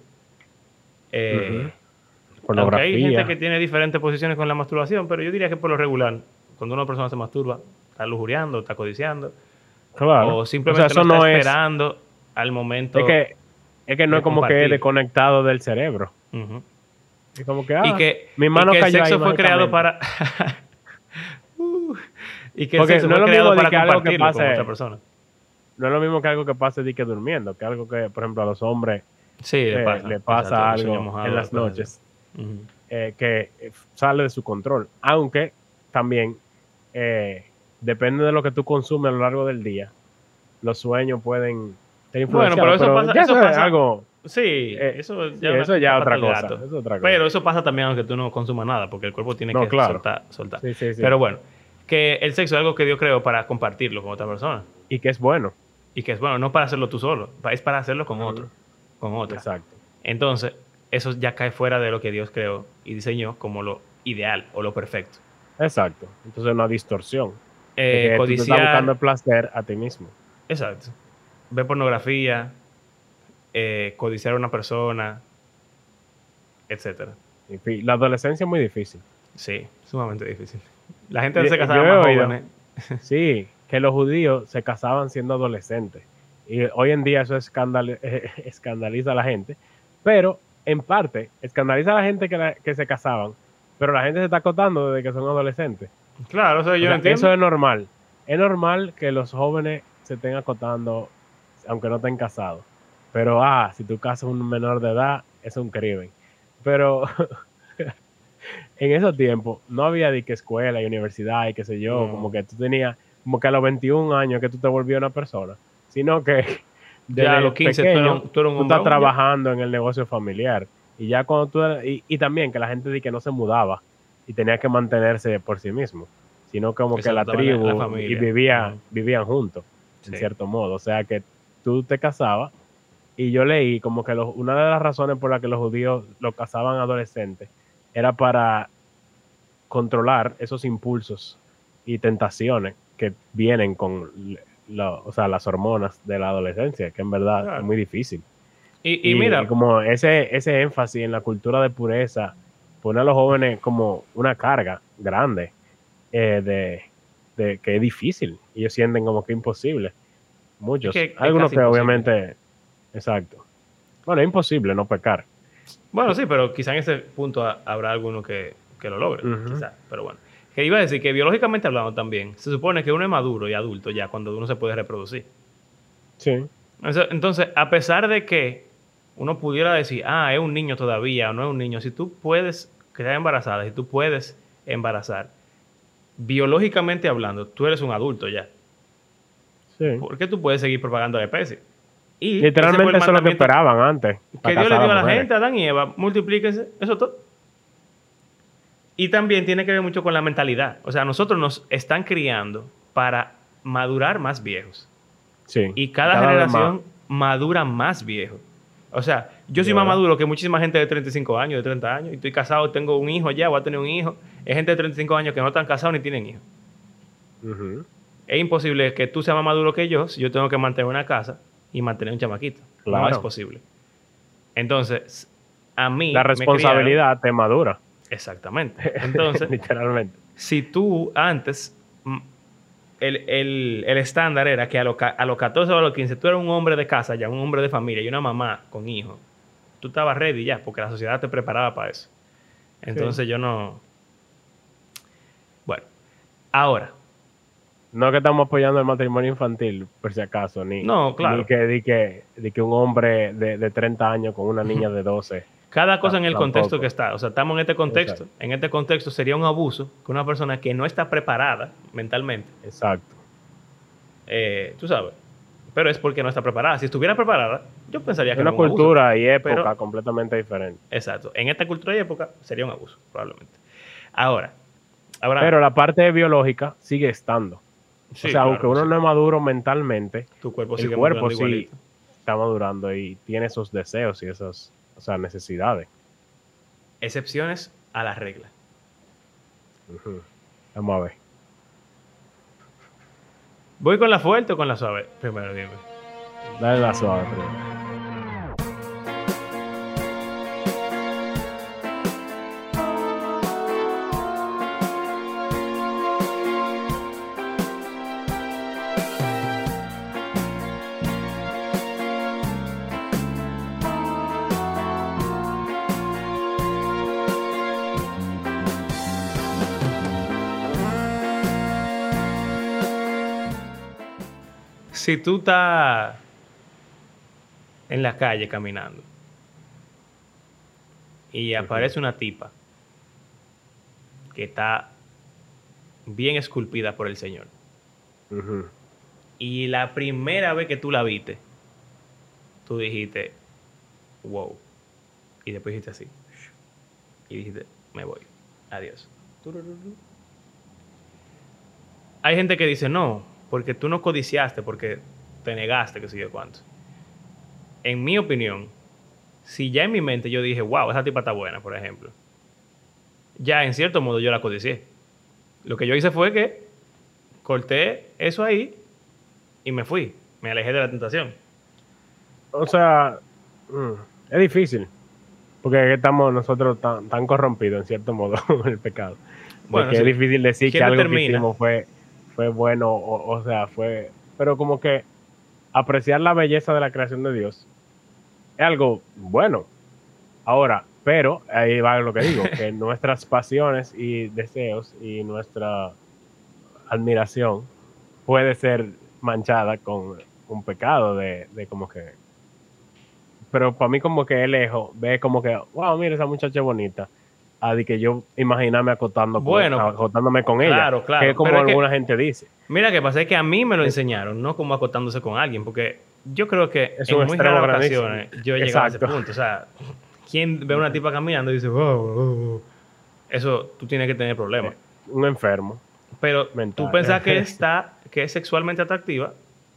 Ujú.
Aunque hay gente que
Pornografía.
tiene diferentes posiciones con la masturbación, pero yo diría que por lo regular, cuando una persona se masturba, está lujuriando, está codiciando,
Claro.
o
O sea,
simplemente no
eso
está
no es.
esperando al
Es
momento
que, es que no
de
es como que es
compartir.
desconectado del cerebro.
Ujú.
Es como que,
Y que,
mi
y
mano
que el
cayó ahí
sexo fue creado
mágicamente.
para... Uh, y que el
Porque
sexo
no es
fue
lo mismo
creado
de
para
que algo que
compartirlo con otra
pase,
persona.
no es lo mismo que algo que pase de que durmiendo, que algo que, por ejemplo, a los hombres
Sí, le pasa.
le
Exacto,
pasa
los sueños
algo en
mojados,
las
cosas así.
noches
Ujú.
que sale de su control. Aunque también depende de lo que tú consumes a lo largo del día, los sueños pueden ser
Bueno, pero
influenciados. Pero ya eso es algo,
Sí, eso
sí,
ya es una
eso
quinta
ya es
pata
otra
al
cosa.
gato.
Eso es otra cosa.
Pero eso pasa también aunque tú no consumas nada, porque el cuerpo tiene
No,
que
claro.
soltar.
Sí, sí, sí.
Pero bueno, que el sexo es algo que Dios creó para compartirlo con otra persona.
Y que es bueno.
Y que es bueno, no para hacerlo tú solo, es para hacerlo con
Ujú.
otro, con otra.
Exacto.
Entonces, eso ya cae fuera de lo que Dios creó y diseñó como lo ideal o lo perfecto.
Exacto. Entonces una distorsión de que tú te estás buscando
Codiciar,
el placer a ti mismo.
exacto. Ver pornografía, codiciar a una persona, etcétera.
En fin, la adolescencia es muy difícil.
Sí, sumamente difícil. La gente se
Yo
casaba
he
más
oído,
jóvenes.
sí, que los judíos se casaban siendo adolescentes. Y hoy en día eso escandaliza a la gente. Pero, en parte, escandaliza a la gente que se casaban. Pero la gente se está acotando desde que son adolescentes.
Claro, o sea,
O
yo
sea,
entiendo.
eso es normal. Es normal que los jóvenes se estén acotando, aunque no estén casados. Pero, si tú casas a un menor de edad, es un crimen. Pero en esos tiempos no había de que escuela y universidad y qué sé yo,
No.
como que tú tenías, como que a los 21 años que tú te volvías una persona, sino que
Ya a
desde
los 15 tú
pequeño
eres un
tú estás
hombrón.
trabajando en el negocio familiar. Y ya cuando tú, y también que la gente de que no se mudaba y tenía que mantenerse por sí mismo, sino como que la
Exacto, la
tribu y
familia.
vivían juntos, en
Sí.
cierto modo. O sea que tú te casabas y yo leí como que una de las razones por las que los judíos los casaban adolescentes era para controlar esos impulsos y tentaciones que vienen con o sea, las hormonas de la adolescencia, que en verdad
Claro.
es muy difícil.
Y mira,
Y como ese énfasis en la cultura de pureza pone a los jóvenes como una carga grande de que es difícil. Ellos sienten como que imposible. Muchos.
es
Algunos
casi
que
imposible.
obviamente, exacto. Bueno, es imposible no pecar.
Bueno, sí, pero quizá en ese punto habrá alguno que lo logre.
Ujú.
Quizá, pero bueno. Que iba a decir que biológicamente hablando también, se supone que uno es maduro y adulto ya cuando uno se puede reproducir.
Sí.
Entonces, a pesar de que uno pudiera decir, es un niño todavía o no es un niño, si tú puedes quedar embarazada, si tú puedes embarazar, biológicamente hablando, tú eres un adulto ya.
Sí.
¿Por qué tú puedes seguir propagando la especie? Y ese fue
Literalmente
el
eso es lo que
mandamiento
esperaban antes.
que
para
Dios le
casar
dio a la
mujeres.
gente, a Adán y Eva, multiplíquense, eso es todo. Y también tiene que ver mucho con la mentalidad. O sea, nosotros nos están criando para madurar más viejos.
Sí.
Y cada
vez más.
generación madura más viejo. O sea, yo soy
De
más
verdad.
maduro que muchísima gente de 35 años, de 30 años. Y estoy casado, tengo un hijo ya, voy a tener un hijo. Es gente de 35 años que no están casados ni tienen hijos.
Ujú.
Es imposible que tú seas más maduro que yo si yo tengo que mantener una casa y mantener un chamaquito. No
Claro.
es posible. Entonces, a mí
La
me
responsabilidad te madura.
criaron- Exactamente. Entonces,
Literalmente.
si tú antes, el estándar era que a los 14 o a los 15 tú eras un hombre de casa ya, un hombre de familia y una mamá con hijos. Tú estabas ready ya, porque la sociedad te preparaba para eso. Entonces yo no... Bueno, ahora,
No que estamos apoyando el matrimonio infantil, por si acaso, ni,
No, claro.
ni que un hombre de 30 años con una niña de 12.
cada cosa en el
Tampoco.
contexto que está. O sea, estamos en este contexto.
Exacto.
En este contexto sería un abuso que una persona que no está preparada mentalmente,
Exacto.
tú sabes, pero es porque no está preparada. Si estuviera preparada, yo pensaría que
Una
no es un abuso.
cultura y época
pero-
completamente diferente.
Exacto. En esta cultura y época sería un abuso, probablemente. Ahora,
Pero la parte biológica sigue estando.
sí,
o sea,
claro,
aunque uno
sí.
no es maduro mentalmente,
Tu cuerpo
el
sigue
cuerpo
madurando
sí
igualito.
está madurando y tiene esos deseos y esas, o sea, necesidades.
Excepciones a la regla.
Ujú. Vamos a ver.
¿Voy con la fuerte o con la suave? Primero, dime.
Dale la suave primero.
Si tú estás en la calle caminando y aparece una tipa que está bien esculpida por el Señor
Ujú.
y la primera vez que tú la viste, tú dijiste, wow. Y después dijiste así. Y dijiste, me voy. Adiós. Turururu. Hay gente que dice, no, porque tú no codiciaste, porque te negaste, que sé yo cuánto. En mi opinión, si ya en mi mente yo dije, wow, esa tipa está buena, por ejemplo, ya en cierto modo yo la codicié. Lo que yo hice fue que corté eso ahí y me fui. Me alejé de la tentación.
O sea, es difícil. Porque estamos nosotros tan corrompidos, en cierto modo, con el pecado.
Bueno,
Que
sí.
es difícil decir que
¿Quién
algo que
determina?
hicimos fue bueno, o sea, fue... Pero como que apreciar la belleza de la creación de Dios es algo bueno. Ahora, pero ahí va lo que digo, que nuestras pasiones y deseos y nuestra admiración puede ser manchada con un pecado de como que... Pero para mí como que es lejos, ve como que, wow, mira esa muchacha es bonita. A de que yo imaginarme acotándome con ella.
claro, claro,
Que es como
pero es que-
alguna gente dice.
Mira, que pasa es que a mí me lo enseñaron, no como acostándose con alguien, porque yo creo que
Es
en
un
muy
extremo
raras
grandísimo.
ocasiones yo he llegado a ese
Exacto.
punto. O sea, ¿quién ve a una tipa caminando y dice, wow, wow, wow"? Eso tú tienes que tener problemas.
Un enfermo.
Pero
mental.
tú pensás que es sexualmente atractiva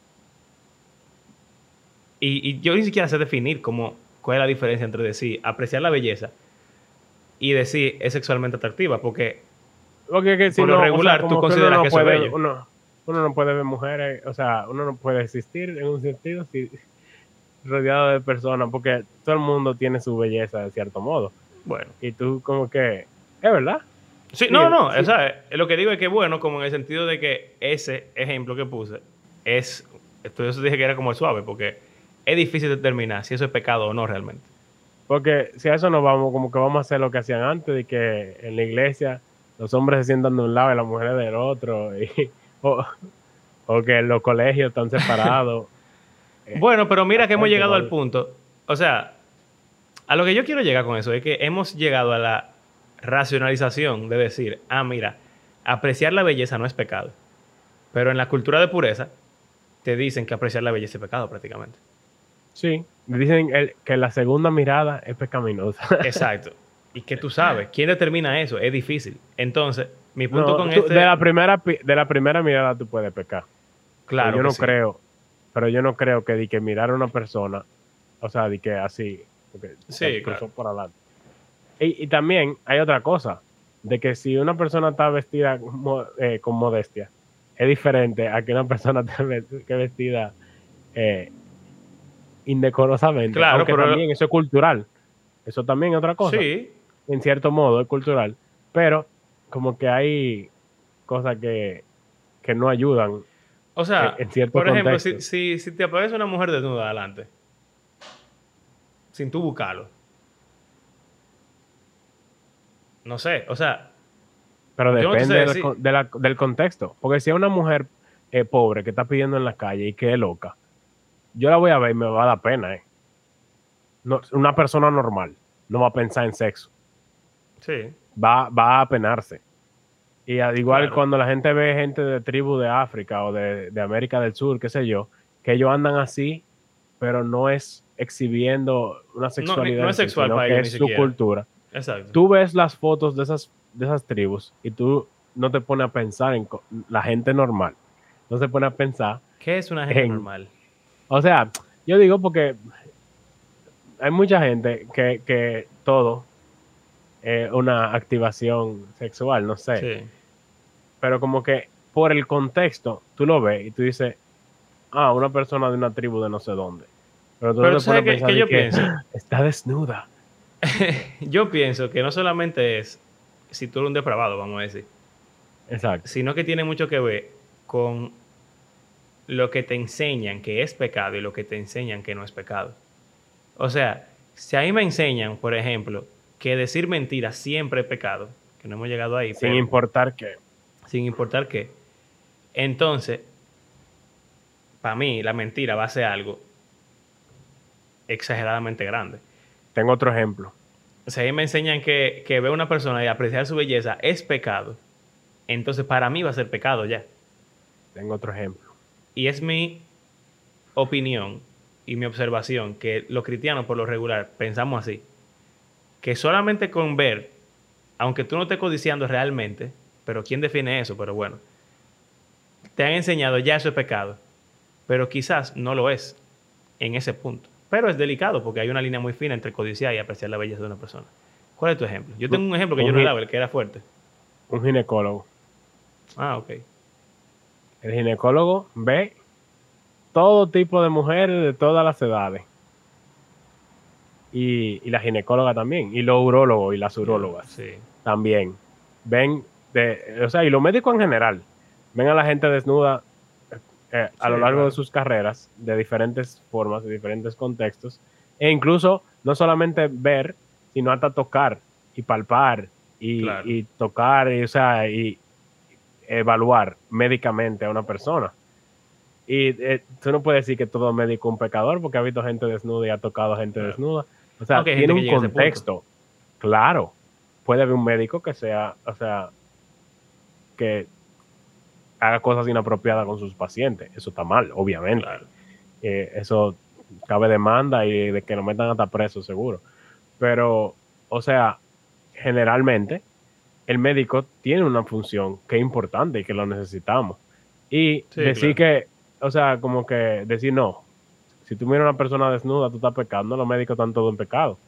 y yo ni siquiera sé definir cuál es la diferencia entre decir apreciar la belleza y decir es sexualmente atractiva, porque
Porque es que si
por lo
no,
regular,
como
tú
que
consideras
uno no
que eso es
puede,
bello.
uno no puede ver mujeres, o sea, uno no puede existir en un sentido si rodeado de personas, porque todo el mundo tiene su belleza de cierto modo.
Bueno.
Y tú como que, es verdad.
Sí,
Sí,
no,
sí.
lo que digo es que bueno, como en el sentido de que ese ejemplo que puse es, por eso dije que era como el suave, porque es difícil determinar si eso es pecado o no realmente.
Porque si a eso nos vamos, como que vamos a hacer lo que hacían antes, de que en la iglesia los hombres se sientan de un lado y las mujeres del otro, o que en los colegios están separados.
Bueno, pero mira que hemos
bastante
llegado al
mal.
punto, o sea, a lo que yo quiero llegar con eso es que hemos llegado a la racionalización de decir, mira, apreciar la belleza no es pecado, pero en la cultura de pureza te dicen que apreciar la belleza es pecado prácticamente.
Sí, dicen que la segunda mirada es pecaminosa.
Exacto. ¿Y qué tú sabes? ¿Quién determina eso? Es difícil. Entonces, mi punto
No,
con
de
este,
la primera mirada tú puedes pecar. Pero
claro
yo
que
no
sí.
creo, pero yo no creo que de que mirar a una persona, o sea, de que así, porque te
Sí, claro.
cruzó por adelante. Y también hay otra cosa, de que si una persona está vestida con modestia, es diferente a que una persona esté vestida eh, indecorosamente,
Claro,
aunque
pero
también eso es cultural, eso también es otra cosa,
sí.
en cierto modo es cultural, pero como que hay cosas que no ayudan
O sea,
en cierto
por ejemplo, si,
contexto.
si, si te aparece una mujer desnuda adelante, sin tú buscarlo, no sé, o sea,
Pero
yo no te sé
depende
decir.
del contexto. Porque si es una mujer pobre que está pidiendo en la calle y que es loca, yo la voy a ver y me va a dar pena. No, una persona normal no va a pensar en sexo.
Sí,
Va a penarse. Y al igual
claro.
cuando la gente ve gente de tribu de África o de América del Sur, qué sé yo, que ellos andan así, pero no es exhibiendo una
No,
sexualidad
no
en
es
sí,
sexual
sino
para
que
ellos
es
ni
su
siquiera.
cultura.
Exacto.
Tú ves las fotos de esas tribus y tú no te pones a pensar en la gente normal. No se pone a pensar
¿Qué es una gente
en...
normal?
O sea, yo digo porque hay mucha gente que todo es una activación sexual, no sé.
Sí.
Pero como que por el contexto, tú lo ves y tú dices, ah, una persona de una tribu de no sé dónde. Pero tú no
Pero tú
te pones
sabes
a
que,
pensar
que
de
yo
que
pienso,
está desnuda.
yo pienso que no solamente es si tú eres un depravado, vamos a decir,
Exacto.
sino que tiene mucho que ver con lo que te enseñan que es pecado y lo que te enseñan que no es pecado. O sea, si a mí me enseñan, por ejemplo, que decir mentiras siempre es pecado, que no hemos llegado ahí,
Sin
pero
importar qué.
sin importar qué, entonces, para mí, la mentira va a ser algo exageradamente grande.
Tengo otro ejemplo.
O sea, a mí me enseñan que ver a una persona y apreciar su belleza es pecado. Entonces, para mí va a ser pecado ya.
Tengo otro ejemplo.
Y es mi opinión y mi observación que los cristianos, por lo regular, pensamos así. Que solamente con ver, aunque tú no estés codiciando realmente, pero ¿quién define eso? Pero bueno, te han enseñado ya eso es pecado. Pero quizás no lo es en ese punto. Pero es delicado porque hay una línea muy fina entre codiciar y apreciar la belleza de una persona. ¿Cuál es tu ejemplo? Yo tengo un ejemplo que yo
Un,
no he
gi-
dado, el que era fuerte.
un ginecólogo.
Ah, ok.
El ginecólogo ve todo tipo de mujeres de todas las edades. Y la ginecóloga también. Y los urólogos y las urólogas
Sí,
también. Ven, o sea, y los médicos en general, ven a la gente desnuda a
sí,
lo largo de
claro.
sus carreras, de diferentes formas, de diferentes contextos. E incluso no solamente ver, sino hasta tocar y palpar
Claro.
y tocar, o sea, y evaluar médicamente a una persona. Y tú no puedes decir que todo médico es un pecador porque ha visto gente desnuda y ha tocado gente
Claro.
desnuda. O sea,
Aunque hay
tiene
gente que
un
llega a ese punto.
contexto. Claro, puede haber un médico que sea, o sea, que haga cosas inapropiadas con sus pacientes. Eso está mal, obviamente.
Claro.
Eso cabe demanda y de que lo metan hasta preso, seguro. Pero, o sea, generalmente el médico tiene una función que es importante y que lo necesitamos. Y
Sí,
decir
claro.
que, o sea, como que decir no, si tú miras a una persona desnuda, tú estás pecando, los médicos están todos en pecado.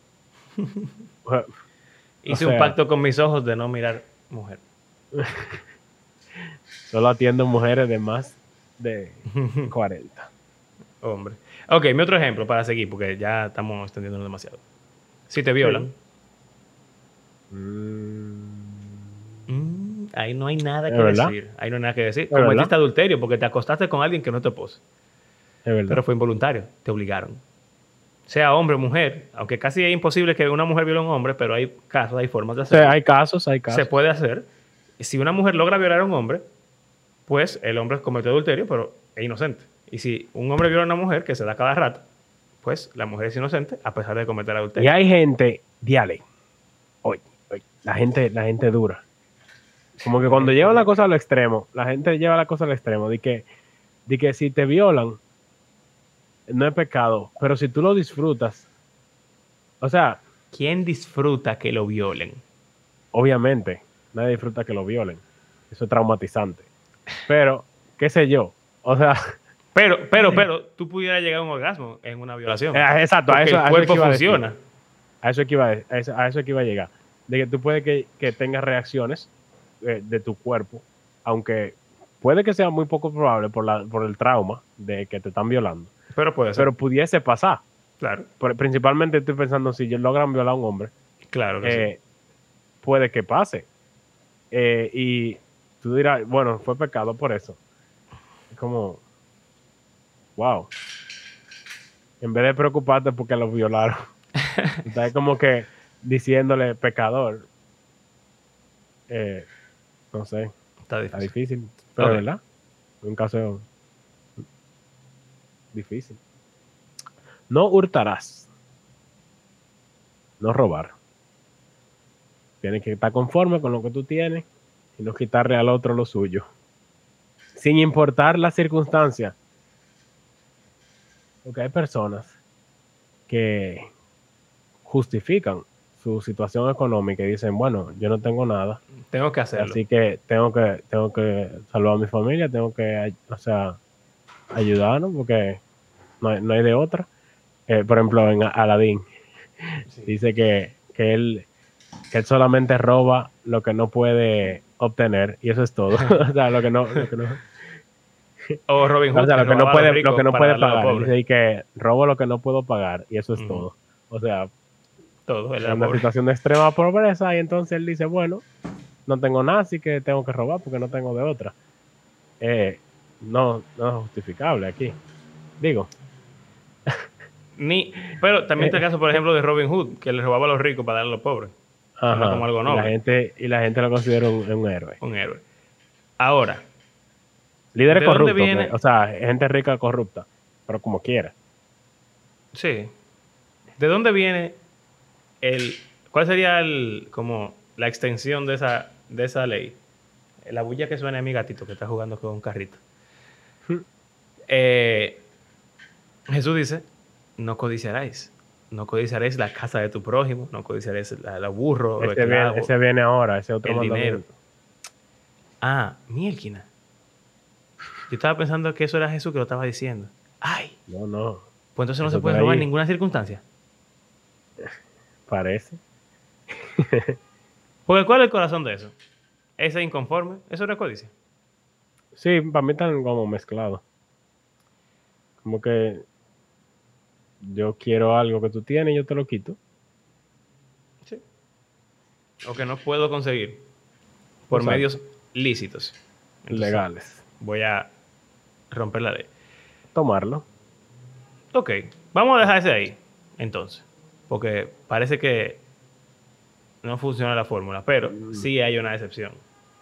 O
Hice un
sea,
pacto con mis ojos de no mirar mujer.
solo atiendo mujeres de más de 40.
Hombre. Ok, mi otro ejemplo para seguir, porque ya estamos extendiéndonos demasiado. Si te violan,
Sí. Mm,
ahí no hay nada
es
que
verdad,
decir. Ahí no hay nada que decir.
es verdad,
Cometiste adulterio porque te acostaste con alguien que no es tu esposo.
es
Pero
verdad.
fue involuntario. Te obligaron. Sea hombre o mujer, aunque casi es imposible que una mujer viole a un hombre, pero hay casos, hay formas de
O sea,
hacerlo.
hay casos, hay
Se
casos.
puede hacer. Si una mujer logra violar a un hombre, pues el hombre cometió adulterio, pero es inocente. Y si un hombre viola a una mujer, que se da cada rato, pues la mujer es inocente a pesar de cometer
Y
adulterio.
hay gente, diale, oye, la gente dura. Como que
La
cuando
gente
llevan la
dura.
cosa al extremo, la gente lleva la cosa al extremo de que si te violan, no es pecado, pero si tú lo disfrutas, o sea,
¿Quién disfruta que lo violen?
obviamente, nadie disfruta que lo violen. Eso es traumatizante. Pero, qué sé yo, o sea,
Pero, tú pudieras llegar a un orgasmo en una violación.
exacto,
Porque el
a eso es
cuerpo
que iba a decir.
funciona.
A eso es que a eso es que iba a llegar. De que tú puedes que tengas reacciones de tu cuerpo, aunque puede que sea muy poco probable por el trauma de que te están violando,
Pero puede ser.
pero pudiese pasar.
Claro,
Principalmente estoy pensando, si logran violar a un hombre,
claro que sí.
puede que pase. Y tú dirás, bueno, fue pecado por eso. Es como, wow. En vez de preocuparte porque los violaron, estás como que diciéndole pecador. No sé,
Está
está
difícil.
difícil, pero
Ok.
de verdad, es un caso difícil. No hurtarás, no robar. Tienes que estar conforme con lo que tú tienes y no quitarle al otro lo suyo, sin importar las circunstancias. Porque hay personas que justifican su situación económica y dicen, bueno, yo no tengo nada,
Tengo que hacerlo.
así que tengo que salvar a mi familia, tengo que, o sea, ayudarnos porque no hay de otra. Por ejemplo, en Aladdin
Sí.
dice que él solamente roba lo que no puede obtener y eso es todo. O sea,
O Robin Hood, que
lo que no
robaba a los
puede, lo
ricos
que no
para
puede
darle a los
pagar. Él
pobres.
dice ahí que robo lo que no puedo pagar y eso es
Ujú.
todo. O sea,
Todo, él
en
era
una
pobre.
situación de extrema pobreza y entonces él dice, bueno, no tengo nada, así que tengo que robar porque no tengo de otra. No es justificable aquí. Digo,
Pero también está el
eh,
caso, por ejemplo, de Robin Hood, que le robaba a los ricos para darle a los pobres. Suena como
ajá,
algo noble,
y la gente lo considera un héroe.
un héroe. Ahora,
Líderes
¿de dónde
corruptos,
viene?
o sea, gente rica corrupta, pero como quiera.
Sí. ¿De dónde viene el... ¿Cuál sería como la extensión de esa ley? La bulla que suena a mi gatito que está jugando con un carrito. Eh, Jesús dice, no codiciaréis. No codiciaréis la casa de tu prójimo, no codiciaréis la burro, el esclavo,
Ese viene ahora, ese otro
el dinero.
mandamiento.
Ah, mielquina. Yo estaba pensando que eso era Jesús que lo estaba diciendo. Ay,
No,
pues entonces no se
eso
puede
está
robar en
ahí,
ninguna circunstancia.
parece.
Porque ¿cuál es el corazón de eso? Ese inconforme, eso no es codicia.
Sí, para mí están como mezclados. Como que yo quiero algo que tú tienes y yo te lo quito.
Sí. O que no puedo conseguir por
Exacto.
medios lícitos. Entonces
Legales.
voy a romper la ley.
Tomarlo.
Ok, vamos a dejar ese ahí, entonces. Porque parece que no funciona la fórmula, pero sí hay una excepción.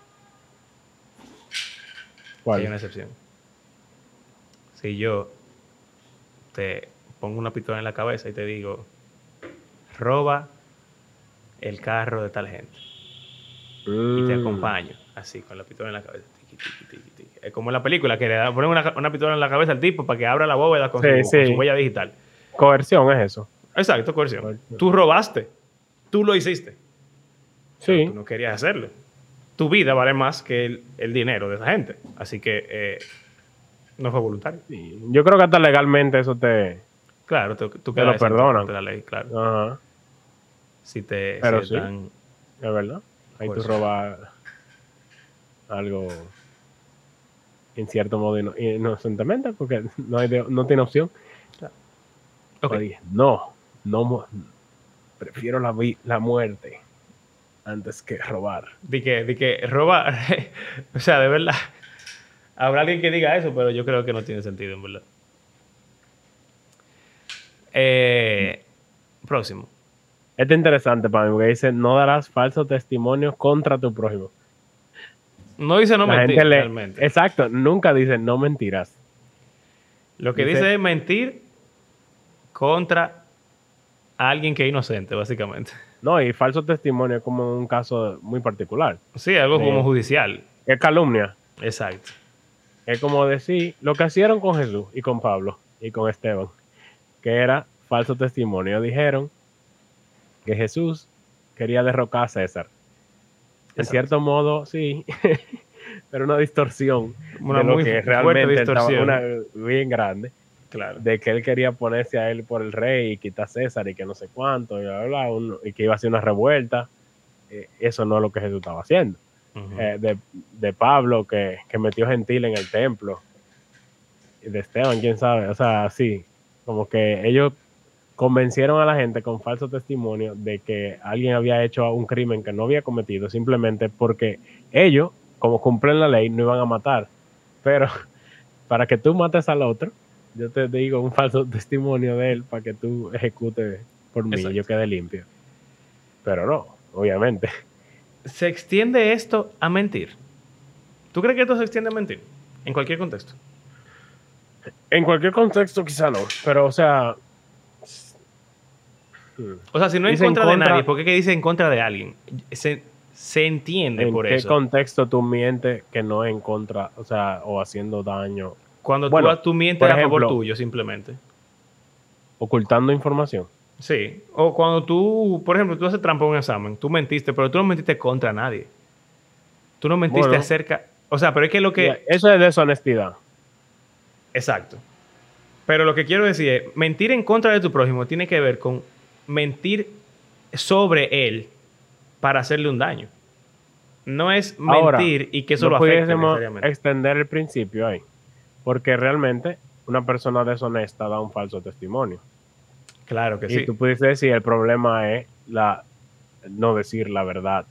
Hay una
¿Cuál?
excepción. Si yo te pongo una pistola en la cabeza y te digo, roba el carro de tal gente. Y te acompaño, así, con la pistola en la cabeza. Tiqui, tiqui, tiqui, tiqui. Es como en la película, que ponen una pistola en la cabeza al tipo para que abra la bóveda con
Sí,
con su
sí.
huella digital.
Coerción es eso.
Exacto, coerción.
Coerción.
Tú robaste, tú lo hiciste, pero tú
Sí.
no querías hacerlo. Tu vida vale más que el dinero de esa gente. Así que no fue voluntario.
Sí. Yo creo que hasta legalmente eso
Claro, tú
te lo
quedas exento
perdonan.
ante la ley, claro.
Ajá.
Si
Pero
te
sí,
dan
es verdad. Ahí tú
coerción.
robas algo en cierto modo inocentemente porque no tiene opción.
Claro. Ok.
Oye, no, prefiero la muerte antes que robar.
Di que roba. O sea, de verdad. Habrá alguien que diga eso, pero yo creo que no tiene sentido, en verdad. Próximo.
Este es interesante para mí porque dice, no darás falso testimonio contra tu prójimo.
No dice no
La
mentir,
gente
realmente.
exacto, nunca dice no mentirás.
Lo que dice es mentir contra alguien que es inocente, básicamente.
No, y falso testimonio es como un caso muy particular.
Sí, algo como judicial.
Es calumnia.
Exacto.
Es como decir lo que hicieron con Jesús y con Pablo. y con Esteban, que era falso testimonio. Dijeron que Jesús quería derrocar a César. En
Exacto.
cierto modo, sí, pero una distorsión
Una
de lo
muy
que
fuerte
realmente estaba una
distorsión.
bien grande,
Claro.
de que él quería ponerse a él por el rey y quitar a César y que no sé cuánto, y, bla, bla, bla, y que iba a hacer una revuelta. Eso no es lo que Jesús estaba haciendo.
Ujú.
De Pablo, que metió gentil en el templo, y de Esteban, quién sabe, o sea, sí, como que ellos convencieron a la gente con falso testimonio de que alguien había hecho un crimen que no había cometido, simplemente porque ellos, como cumplen la ley, no iban a matar. Pero para que tú mates al otro, yo te digo un falso testimonio de él para que tú ejecutes por mí y yo
Exacto.
quede limpio. Pero no, obviamente.
¿Se extiende esto a mentir? ¿Tú crees que esto se extiende a mentir? En cualquier contexto.
En cualquier contexto quizá no, pero o sea...
O sea, si no en
Dice en
contra de nadie,
contra,
¿por qué que dice en contra de alguien? Se entiende
¿en
por
qué
eso.
contexto tú mientes que no es en contra, o sea, o haciendo daño?
Cuando
Bueno,
tú mientes
por
a favor
ejemplo,
tuyo, simplemente.
ocultando información.
Sí. O cuando tú, por ejemplo, tú haces trampa en un examen, tú mentiste, pero tú no mentiste contra nadie. Tú no mentiste
Bueno,
acerca. O sea, pero es que lo que.
eso es deshonestidad.
Exacto. Pero lo que quiero decir es: mentir en contra de tu prójimo tiene que ver con mentir sobre él para hacerle un daño. No es
Ahora,
mentir y que eso
no
lo afecte
pudiésemos
necesariamente.
extender el principio ahí, porque realmente una persona deshonesta da un falso testimonio.
Claro que
Y
sí.
tú pudiste decir, el problema es no decir la verdad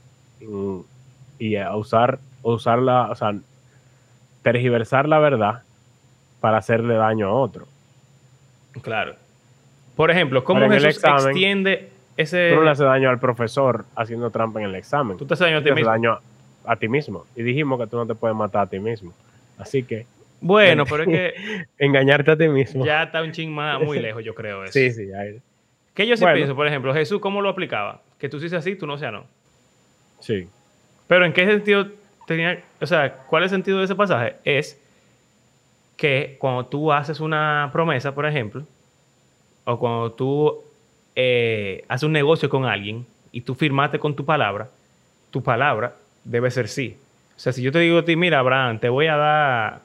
y usarla, o sea, tergiversar la verdad para hacerle daño a otro.
Claro. Por ejemplo,
Ahora,
¿cómo
en el
Jesús
examen,
extiende
tú no le
ese.
haces daño al profesor haciendo trampa en el examen.
Tú te haces daño a
Tú
ti
te haces
mismo?
daño a ti mismo. Y dijimos que tú no te puedes matar a ti mismo. Así que
Bueno, pero es que
engañarte a ti mismo.
ya está un ching más muy lejos, yo creo eso.
Sí, sí.
Que yo sí
Bueno,
pienso, por ejemplo, Jesús, ¿cómo lo aplicaba? Que tú seas así, tú no seas no.
sí.
Pero ¿en qué sentido tenía, o sea, cuál es el sentido de ese pasaje? Es que cuando tú haces una promesa, por ejemplo, o cuando tú haces un negocio con alguien y tú firmaste con tu palabra debe ser sí. O sea, si yo te digo a ti, mira, Abraham, te voy a dar,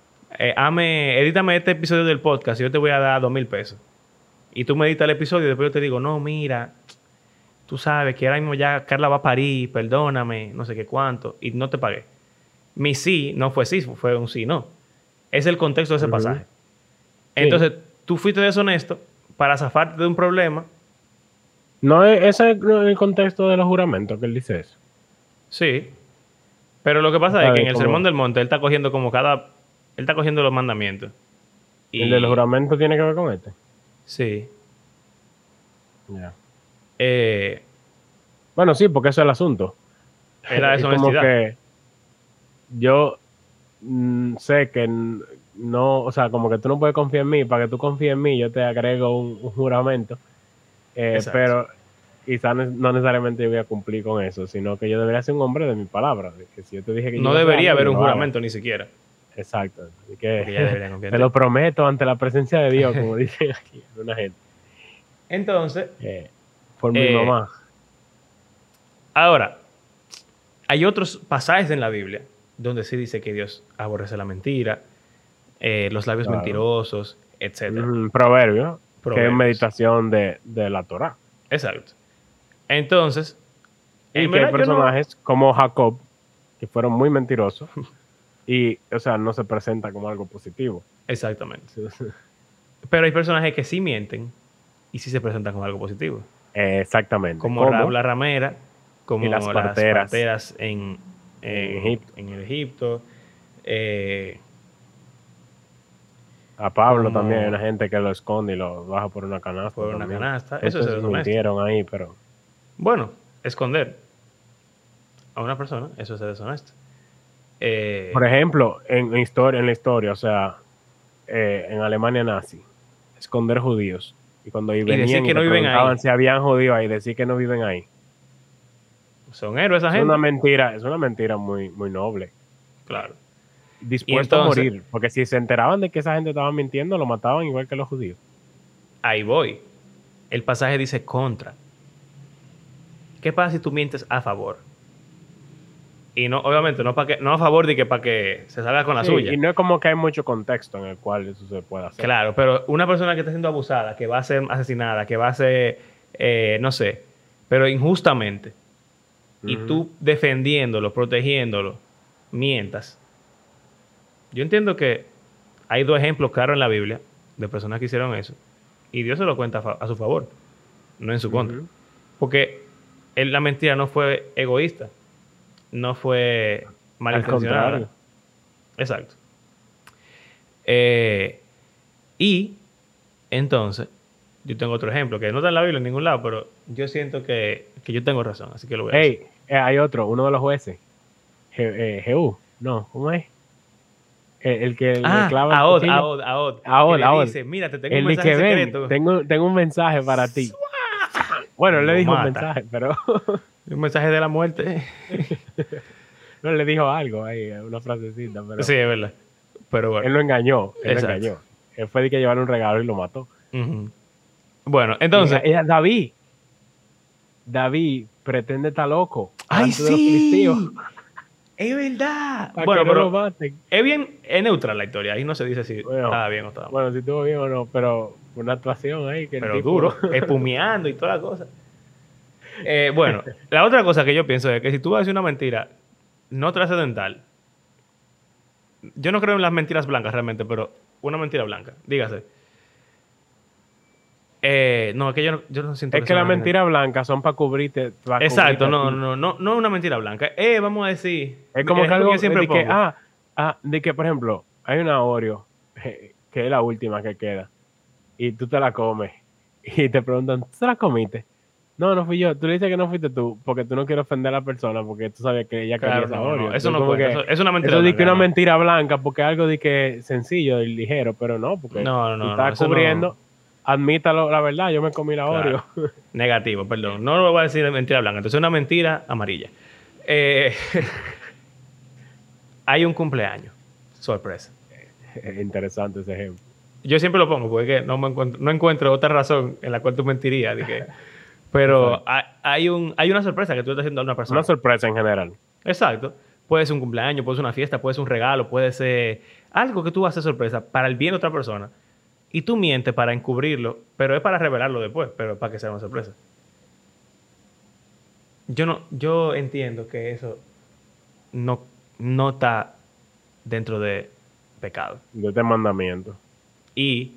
edítame este episodio del podcast y yo te voy a dar 2,000 pesos. Y tú me editas el episodio y después yo te digo, no, mira, tú sabes que ahora mismo ya Carla va a parir, perdóname, no sé qué cuánto, y no te pagué. Mi sí no fue sí, fue un sí, no. Es el contexto de ese pasaje.
Sí.
Entonces, tú fuiste deshonesto para zafarte de un problema.
No es ese es el contexto de los juramentos que él dice eso.
Sí. Pero lo que
O
pasa es
sea,
que
de
en el Sermón
como
del Monte él está cogiendo como cada. Él está cogiendo los mandamientos.
el del
Y.
juramento tiene que ver con este.
Sí.
Ya.
eh,
Bueno, sí, porque eso es el asunto.
era
Es como
deshonestidad.
que yo sé que no, o sea, como que tú no puedes confiar en mí, para que tú confíes en mí, yo te agrego un juramento,
Exacto.
pero quizás no necesariamente yo voy a cumplir con eso, sino que yo debería ser un hombre de mi palabra, de que si yo te dije que yo
No
iba a hacer
debería
algo,
haber
yo
un
lo haga.
juramento ni siquiera.
Exacto, así que
Porque ya debería confiar
te
en
lo
ti.
prometo ante la presencia de Dios, como dicen aquí una gente,
Entonces,
eh, por mi
eh,
mamá.
ahora, hay otros pasajes en la Biblia donde sí dice que Dios aborrece la mentira, los labios
Claro.
mentirosos, etcétera.
Proverbio, que es
Proverbios.
meditación de la Torá.
Exacto. Entonces,
Y
en
que hay
verdad yo no.
personajes como Jacob, que fueron muy mentirosos, y, o sea, no se presenta como algo positivo.
Exactamente. Pero hay personajes que sí mienten y sí se presentan como algo positivo.
Exactamente.
Como Rahab
Como
la ramera,
y las
como las
parteras
parteras
en Egipto.
en el Egipto. eh,
A Pablo también hay
como
una gente que lo esconde y lo baja por una canasta
por una
también.
canasta. Eso es
Entonces
ser deshonesto.
mintieron ahí, pero...
Bueno, esconder a una persona, eso es ser deshonesto.
Por ejemplo, en la historia, o sea, en Alemania nazi, esconder judíos. Y cuando
Y decir
venían y
que
te
no viven
preguntaban
ahí.
si habían judíos ahí, decir que no viven ahí.
Son héroes esa gente.
Es una mentira muy, muy noble.
Claro.
dispuesto
entonces,
a morir. Porque si se enteraban de que esa gente estaba mintiendo, lo mataban igual que los judíos.
ahí voy. El pasaje dice contra. ¿Qué pasa si tú mientes a favor? Y no, obviamente, no a favor de que para que se salga con la
Sí,
suya.
y no es como que hay mucho contexto en el cual eso se puede hacer.
Claro, pero una persona que está siendo abusada, que va a ser asesinada, que va a ser, no sé, pero injustamente, y
Ujú.
tú defendiéndolo, protegiéndolo, mientas. Yo entiendo que hay dos ejemplos claros en la Biblia de personas que hicieron eso, y Dios se lo cuenta a su favor, no en su contra.
Ujú.
Porque la mentira no fue egoísta, no fue
Al
malintencionada.
contrario.
Exacto. Y entonces, yo tengo otro ejemplo, que no está en la Biblia en ningún lado, pero yo siento que yo tengo razón, así que lo voy a decir.
Hey, hay otro, uno de los jueces. Jehú. No, ¿cómo es? El que le
Ah,
clava el cuchillo.
Ahod, que le
Ahora.
dice, mira, te tengo un
El de
mensaje
que ven,
secreto.
tengo un mensaje para ti. Bueno, él le
Lo
dijo un
mata.
mensaje, pero
Un mensaje de la muerte.
no le dijo algo ahí, una frasecita, pero
Sí, es verdad. Pero
él
bueno.
lo engañó,
Exacto.
Él fue de que llevarle un regalo y lo mató.
Ujú. Bueno,
Y
entonces.
David pretende estar loco
¡Ay,
delante de los filisteos
sí! ¡Es verdad!
para
Bueno,
que no lo
pero
maten.
es neutral la historia. Ahí no se dice si estaba bien o estaba mal.
Bueno, si estuvo bien o no, pero una actuación ahí que el
Pero
tipo...
duro, espumeando y toda la cosa. Bueno, la otra cosa que yo pienso es que si tú vas a decir una mentira no trascendental, yo no creo en las mentiras blancas realmente, pero una mentira blanca, dígase. No, es que yo no siento
Es
que
que
sea
las
una mentira.
mentiras blancas son para cubrirte,
Exacto,
a
no,
ti.
no una mentira blanca. Vamos a decir,
Es
el
como que
ejemplo que yo
algo
siempre
de que,
pongo.
de que, por ejemplo, hay una Oreo, que es la última que queda, y tú te la comes, y te preguntan, ¿tú te la comiste? No, no fui yo. Tú le dices que no fuiste tú, porque tú no quieres ofender a la persona, porque tú sabes que ella quería
Claro,
esa
no,
Oreo.
eso
Entonces,
no
como
cuenta.
que,
Eso es una mentira
eso di que
blanca,
una
no.
mentira blanca, porque es algo de que sencillo y ligero, pero no, porque tú
No,
estás
eso no.
cubriendo, admítalo, la verdad, yo me comí la
Claro.
Oreo.
Negativo, perdón. No lo voy a decir de mentira blanca. Entonces, una mentira amarilla. Eh, hay un cumpleaños. Sorpresa.
Interesante ese ejemplo.
Yo siempre lo pongo porque no encuentro otra razón en la cual tú mentirías. Pero hay una sorpresa que tú estás haciendo a una persona.
Una sorpresa en general.
Exacto. Puede ser un cumpleaños, puede ser una fiesta, puede ser un regalo, puede ser algo que tú haces sorpresa para el bien de otra persona. Y tú mientes para encubrirlo, pero es para revelarlo después, pero para que sea una sorpresa. Yo entiendo que eso no está dentro de pecado.
De este mandamiento.
Y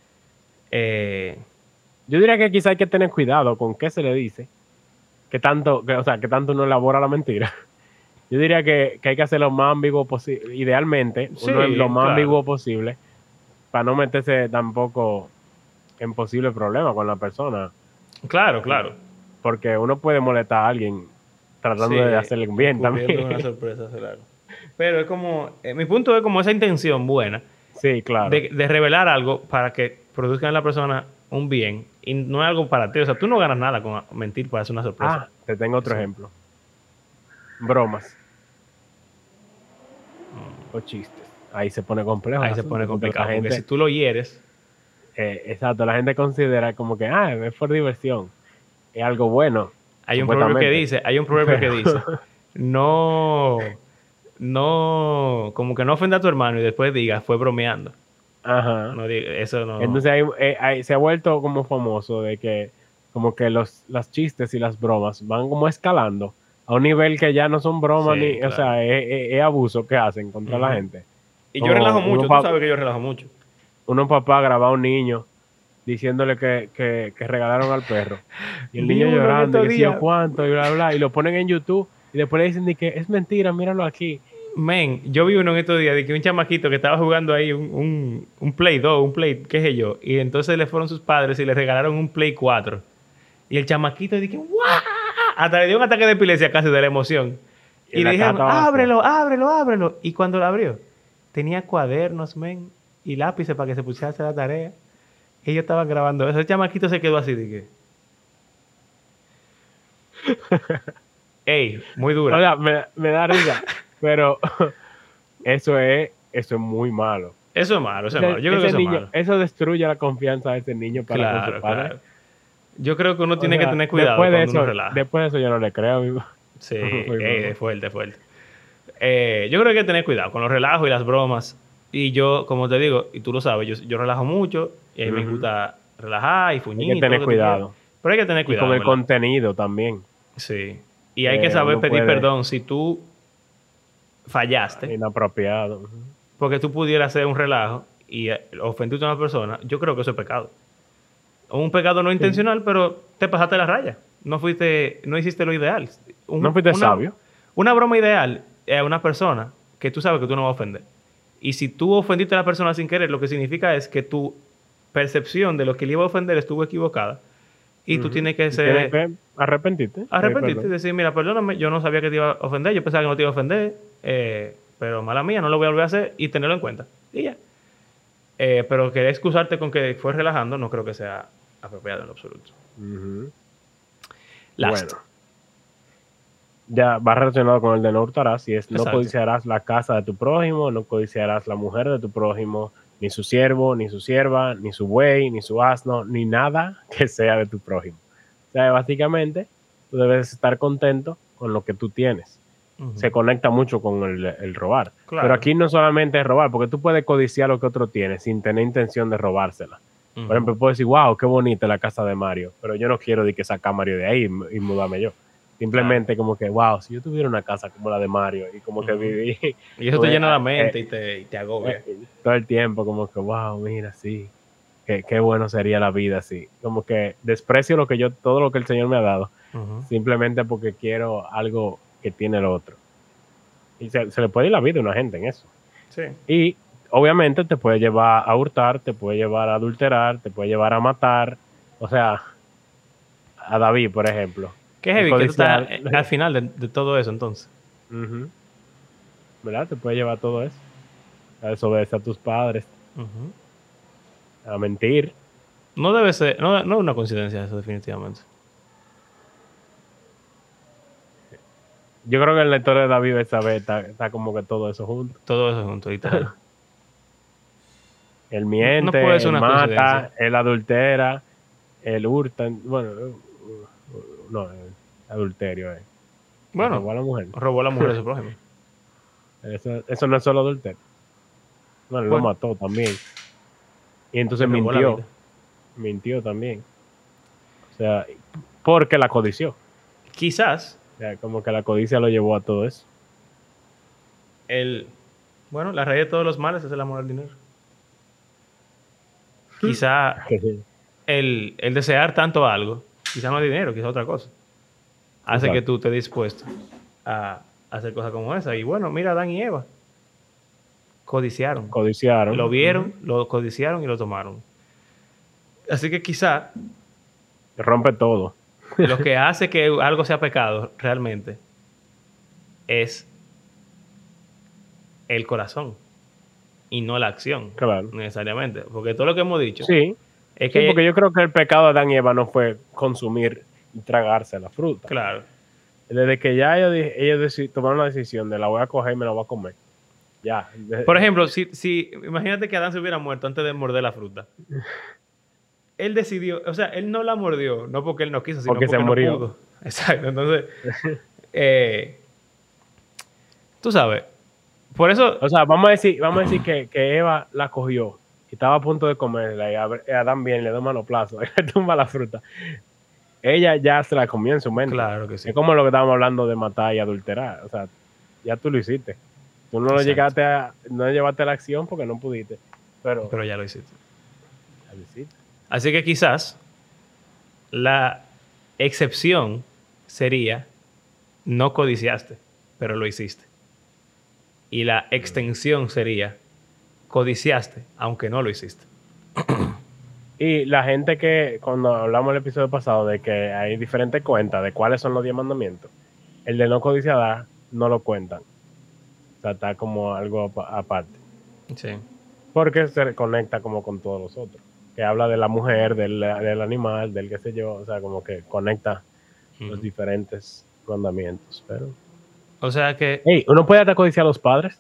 Yo diría que quizá hay que tener cuidado con qué se le dice, que tanto uno elabora la mentira. Yo diría que hay que hacer lo más ambiguo posible, idealmente, uno es
sí,
lo más
claro.
ambiguo posible, para no meterse tampoco en posible problema con la persona,
Claro.
porque uno puede molestar a alguien tratando de hacerle un bien
Encubriendo
también.
una sorpresa, claro. Pero es como, mi punto es como esa intención buena
Sí, claro.
de revelar algo para que produzca en la persona un bien y no es algo para ti. O sea, tú no ganas nada con mentir para hacer una sorpresa.
Te tengo otro
Sí.
ejemplo. Bromas. O chistes. Ahí se pone complejo.
Ahí
el
se
asunto,
pone
porque
complicado.
la
Porque
gente,
si tú lo hieres,
exacto, la gente considera como que, es por diversión. Es algo bueno.
hay un proverbio que
Pero-
dice, no, como que no ofenda a tu hermano y después diga, fue bromeando.
Ajá.
Eso no.
Entonces se ha vuelto como famoso de que como que los chistes y las bromas van como escalando a un nivel que ya no son bromas
Sí,
o sea,
claro.
es abuso que hacen contra la
Ujú.
gente.
Y yo
Como
relajo mucho, tú sabes que yo relajo mucho.
unos papás graba a un niño diciéndole que regalaron al perro. Y el
Vi
niño
uno en
llorando, y
estos
que sí yo
días.
cuánto, y bla, bla, y lo ponen en YouTube, y después le dicen de que es mentira, míralo aquí.
Men, yo vi uno en estos días de que un chamaquito que estaba jugando ahí un Play 2, un Play, qué sé yo, y entonces le fueron sus padres y le regalaron un Play 4. Y el chamaquito dije, ¡guau! Hasta le dio un ataque de epilepsia casi de la emoción.
Y
Y le
la caja
dijeron,
estaba vacía.
ábrelo. Y cuando lo abrió, tenía cuadernos, men, y lápices para que se pusiera a hacer la tarea. Ellos estaban grabando eso. El chamaquito se quedó así, dije. Ey, muy
O
dura.
sea, me da risa, pero eso es muy malo.
Eso es malo, eso es malo. Yo creo que
Ese
eso es
niño,
malo.
eso destruye la confianza de ese niño para con su
Claro,
padre.
claro. Yo creo que uno
O
tiene que
sea,
tener cuidado cuando uno relaja.
después de eso yo no le creo, amigo.
Sí,
Muy malo.
es fuerte, fuerte. Yo creo que hay que tener cuidado con los relajos y las bromas. Y yo, como te digo, y tú lo sabes, yo relajo mucho y a mí me
Ujú.
gusta relajar y
Hay que
fuñir y todo
tener
lo que tú quieras.
cuidado.
Pero hay que tener
Y con
cuidado,
el
¿verdad?
contenido también.
Sí. Y hay que saber
Uno
pedir
puede,
perdón si tú fallaste,
inapropiado. Ujú.
porque tú pudieras hacer un relajo y ofendiste a una persona. Yo creo que eso es pecado. Un pecado no
Sí.
intencional, pero te pasaste la raya. No hiciste lo ideal.
No fuiste sabio.
Una broma ideal es a una persona que tú sabes que tú no vas a ofender. Y si tú ofendiste a la persona sin querer, lo que significa es que tu percepción de lo que le iba a ofender estuvo equivocada. Y tú
Ujú.
tienes que
Y tienes
ser
que arrepentirte. Pedir
arrepentirte y
perdón.
decir, mira, perdóname, yo no sabía que te iba a ofender, yo pensaba que no te iba a ofender, pero mala mía, no lo voy a volver a hacer y tenerlo en cuenta. Y ya. Pero querer excusarte con que fue relajando no creo que sea apropiado en lo absoluto.
Ujú.
Last.
Bueno, ya va relacionado con el de no hurtarás, y es no
Exacto.
codiciarás la casa de tu prójimo, no codiciarás la mujer de tu prójimo, ni su siervo, ni su sierva, ni su buey, ni su asno, ni nada que sea de tu prójimo. O sea, básicamente, tú debes estar contento con lo que tú tienes.
Ujú.
Se conecta mucho con el robar.
Claro.
Pero aquí no solamente es robar, porque tú puedes codiciar lo que otro tiene sin tener intención de robársela.
Ujú.
Por ejemplo, puedo decir, wow, qué bonita la casa de Mario, pero yo no quiero de que sacar a Mario de ahí y mudarme yo. Simplemente como que, wow, si yo tuviera una casa como la de Mario y como que
Ujú.
viví
Y eso te
pues,
llena la mente y te agobia.
todo el tiempo, como que, wow, mira, sí, qué bueno sería la vida así. Como que desprecio todo lo que el Señor me ha dado,
Ujú.
simplemente porque quiero algo que tiene el otro. Y se le puede ir la vida a una gente en eso.
Sí.
Y obviamente te puede llevar a hurtar, te puede llevar a adulterar, te puede llevar a matar. O sea, a David, por ejemplo.
Qué
El
heavy que tú estás
codiciar,
al final de todo eso, entonces.
ujú, ¿verdad? Te puede llevar a todo eso. A desobedecer a tus padres,
Ujú.
a mentir.
No debe ser, no es una coincidencia eso, definitivamente.
Yo creo que en la historia de David Betsabé está como que todo eso junto.
Todo eso junto, literal.
Él
No puede
miente,
ser
él
una coincidencia.
mata, él adultera, él hurta. Bueno, no, adulterio.
Bueno,
Robó a la mujer.
robó a la mujer de su prójimo.
Eso no es solo adulterio. Bueno, él lo
Bueno,
mató también. Y entonces
le robó la vida.
mintió también. O sea, porque la codició.
Quizás
O sea, como que la codicia lo llevó a todo eso.
bueno, la raíz de todos los males es el amor al dinero. Quizá el desear tanto algo, quizá no es dinero, quizá otra cosa, hace que
Exacto.
tú estés dispuesto a hacer cosas como esa. Y bueno, mira, Adán y Eva codiciaron.
Codiciaron.
Lo vieron, lo codiciaron y lo tomaron. Así que quizá
Rompe todo.
lo que hace que algo sea pecado realmente es el corazón y no la acción,
Claro.
necesariamente. Porque todo lo que hemos dicho
Sí.
es
Sí,
que,
porque yo creo que el pecado de Adán y Eva no fue consumir y tragarse la fruta.
claro,
Desde que ya ellos tomaron la decisión de la voy a coger y me la voy a comer. Ya.
por ejemplo, si imagínate que Adán se hubiera muerto antes de morder la fruta. Él decidió, o sea, él no la mordió, no porque él no quiso, sino
Porque
porque
se
no
murió.
pudo. Exacto, entonces, tú sabes, por eso,
O sea, vamos a decir que Eva la cogió y estaba a punto de comerla y Adán viene y le da un manoplazo y le tumba la fruta. Ella ya se la comió en su mente.
claro que sí.
Es como lo que estábamos hablando de matar y adulterar. O sea, ya tú lo hiciste. Tú no lo
Exacto.
no llevaste a la acción porque no pudiste. Pero
Pero ya lo hiciste.
ya lo hiciste.
Así que quizás la excepción sería no codiciaste, pero lo hiciste. Y la extensión sería codiciaste, aunque no lo hiciste.
Y la gente que, cuando hablamos el episodio pasado de que hay diferentes cuentas de cuáles son los 10 mandamientos, el de no codiciar no lo cuentan. O sea, está como algo aparte.
Sí.
Porque se conecta como con todos los otros. Que habla de la mujer, del animal, del qué sé yo. O sea, como que conecta los diferentes mandamientos. Pero,
O sea que,
hey, uno puede hasta codiciar a los padres.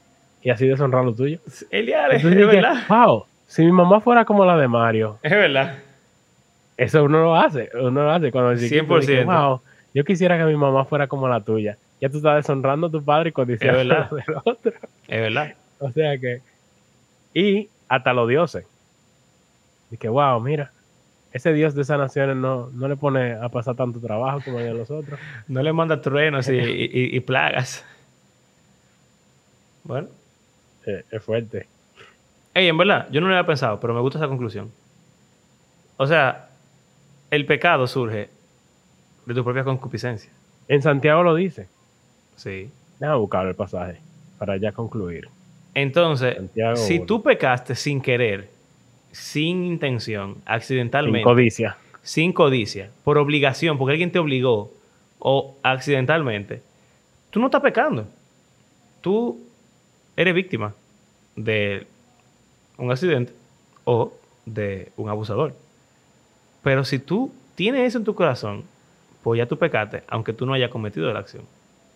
y así deshonrar lo tuyo.
Eliales,
Entonces
es
dije,
verdad.
wow, si mi mamá fuera como la de Mario,
Es verdad.
eso uno lo hace cuando es chiquito. Dije,
100%.
wow, yo quisiera que mi mamá fuera como la tuya. Ya tú estás deshonrando a tu padre y
Es
codiciando
verdad.
lo del otro.
Es verdad.
O sea que, y hasta los dioses. Dije, wow, mira, ese dios de esas naciones no le pone a pasar tanto trabajo como a los otros.
No le manda truenos y plagas. Bueno.
Es fuerte.
Ey, en verdad, yo no lo había pensado, pero me gusta esa conclusión. O sea, el pecado surge de tu propia concupiscencia.
En Santiago lo dice.
Sí.
Déjame buscar el pasaje para ya concluir.
Entonces,
Santiago
si
1.
tú pecaste sin querer, sin intención,
Sin
accidentalmente,
codicia.
sin codicia, por obligación, porque alguien te obligó, o accidentalmente, tú no estás pecando. Tú eres víctima de un accidente o de un abusador. Pero si tú tienes eso en tu corazón, pues ya tú pecaste, aunque tú no hayas cometido la acción.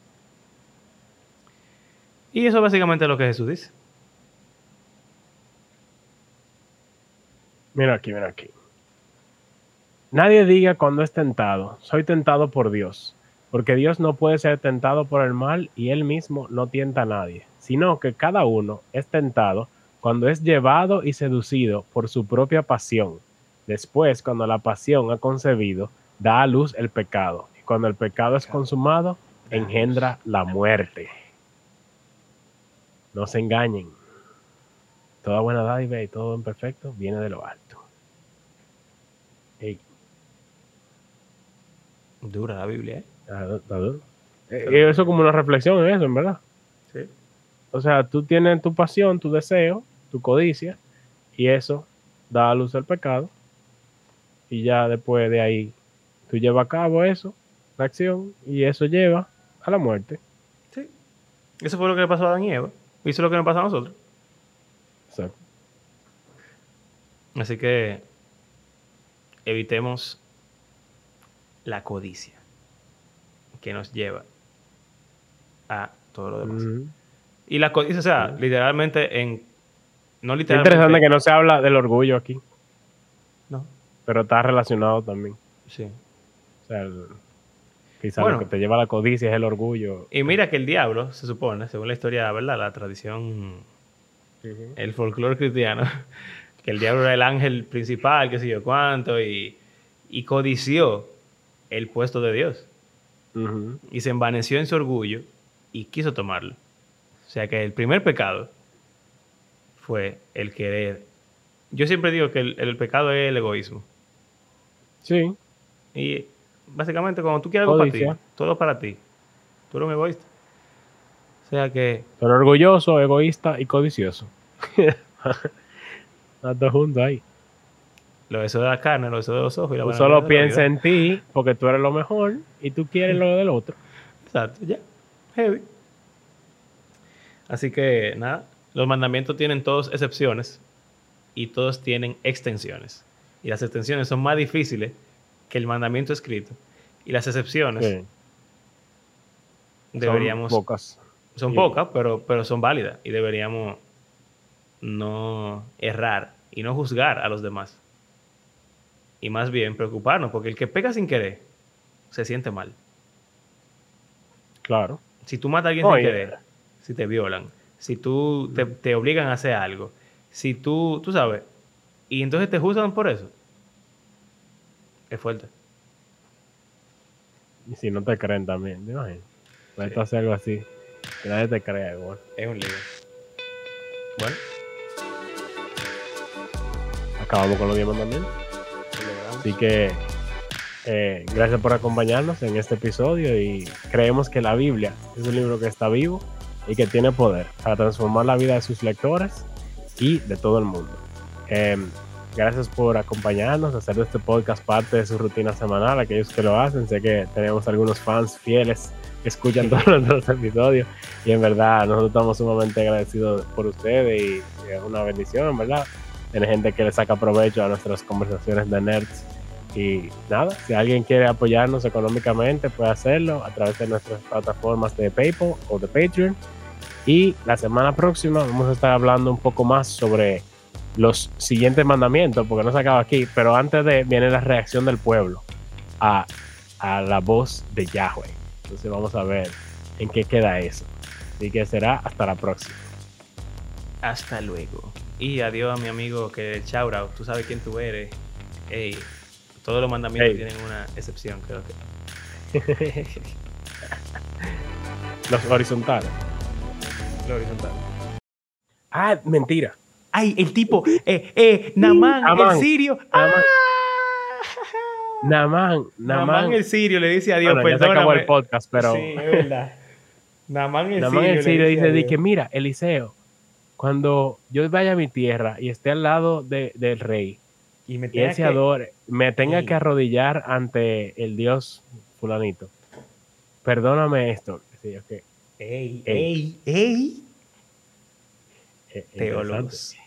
Y eso básicamente es lo que Jesús dice.
Mira aquí, mira aquí. Nadie diga cuando es tentado, soy tentado por Dios, porque Dios no puede ser tentado por el mal y él mismo no tienta a nadie, sino que cada uno es tentado cuando es llevado y seducido por su propia pasión. Después, cuando la pasión ha concebido, da a luz el pecado, y cuando el pecado es consumado, engendra la muerte. No se engañen. Toda buena dádiva y todo imperfecto viene de lo alto. Ey,
Dura la Biblia, ¿eh?
está duro. Eso como una reflexión en eso, en verdad.
Sí.
O sea, tú tienes tu pasión, tu deseo, tu codicia, y eso da a luz el pecado. Y ya después de ahí, tú llevas a cabo eso, la acción, y eso lleva a la muerte.
Sí. Eso fue lo que le pasó a Adán y Eva. Y eso es lo que nos pasa a nosotros.
Exacto.
Así que evitemos la codicia que nos lleva a todo lo demás.
Ujú.
Y la codicia, o sea, literalmente no
Es
literalmente.
interesante que no se habla del orgullo aquí,
No,
pero está relacionado también.
sí.
O sea, quizás
Bueno.
lo que te lleva a la codicia es el orgullo.
Y mira que el diablo, se supone, según la historia, ¿verdad? La tradición,
Ujú.
el folclore cristiano, que el diablo era el ángel principal, qué sé yo cuánto, y codició el puesto de Dios.
Ujú.
Y se envaneció en su orgullo y quiso tomarlo. O sea que el primer pecado fue el querer. Yo siempre digo que el pecado es el egoísmo.
Sí,
Y básicamente cuando tú quieres algo para ti,
codicia.
todo para ti, tú eres un egoísta. O sea que
Pero orgulloso, egoísta y codicioso. Las dos juntos ahí.
lo deseo de la carne, lo deseo de los ojos y la
Tú
vanagloria
solo
de la
piensas
vida.
en ti porque tú eres lo mejor y tú quieres lo del otro.
Exacto, ya. Heavy. Así que nada, los mandamientos tienen todos excepciones y todos tienen extensiones. Y las extensiones son más difíciles que el mandamiento escrito. Y las excepciones
Sí,
deberíamos...
son pocas.
Son
Sí.
pocas, pero son válidas. Y deberíamos no errar y no juzgar a los demás. Y más bien preocuparnos, porque el que peca sin querer se siente mal.
Claro.
Si tú matas a alguien
No,
sin
y-
querer, si te violan, si tú te obligan a hacer algo, si tú sabes, y entonces te juzgan por eso, es fuerte.
Y si no te creen también, ¿te imaginas? Puedes
Sí.
hacer algo así. Que nadie te crea igual.
Es un lío. Bueno,
Acabamos con los 10 mandamientos. Así que gracias por acompañarnos en este episodio y creemos que la Biblia es un libro que está vivo y que tiene poder para transformar la vida de sus lectores y de todo el mundo. Gracias por acompañarnos, hacer de este podcast parte de su rutina semanal, aquellos que lo hacen. Sé que tenemos algunos fans fieles que escuchan todos nuestros episodios y en verdad nosotros estamos sumamente agradecidos por ustedes y es una bendición, en verdad. Tiene gente que le saca provecho a nuestras conversaciones de nerds. Y nada, si alguien quiere apoyarnos económicamente, puede hacerlo a través de nuestras plataformas de PayPal o de Patreon. Y la semana próxima vamos a estar hablando un poco más sobre los siguientes mandamientos, porque no se acaba aquí, pero antes de viene la reacción del pueblo a la voz de Yahweh. Entonces vamos a ver en qué queda eso. Así que será hasta la próxima.
Hasta luego. Y adiós a mi amigo que el Chaurao, tú sabes quién tú eres. Ey, todos los mandamientos tienen una excepción, creo que.
Los horizontales.
Lo horizontal.
Ah, mentira.
Ay, el tipo, Namán, el sirio. Namán el sirio le dice a Dios,
bueno, ya se acabó el podcast, pero
sí, es verdad. Namán el
sirio dice di que mira, Eliseo, cuando yo vaya a mi tierra y esté al lado del rey
y
él se adore, me tenga que arrodillar ante el Dios fulanito, perdóname esto. Sí, okay.
Teólogos.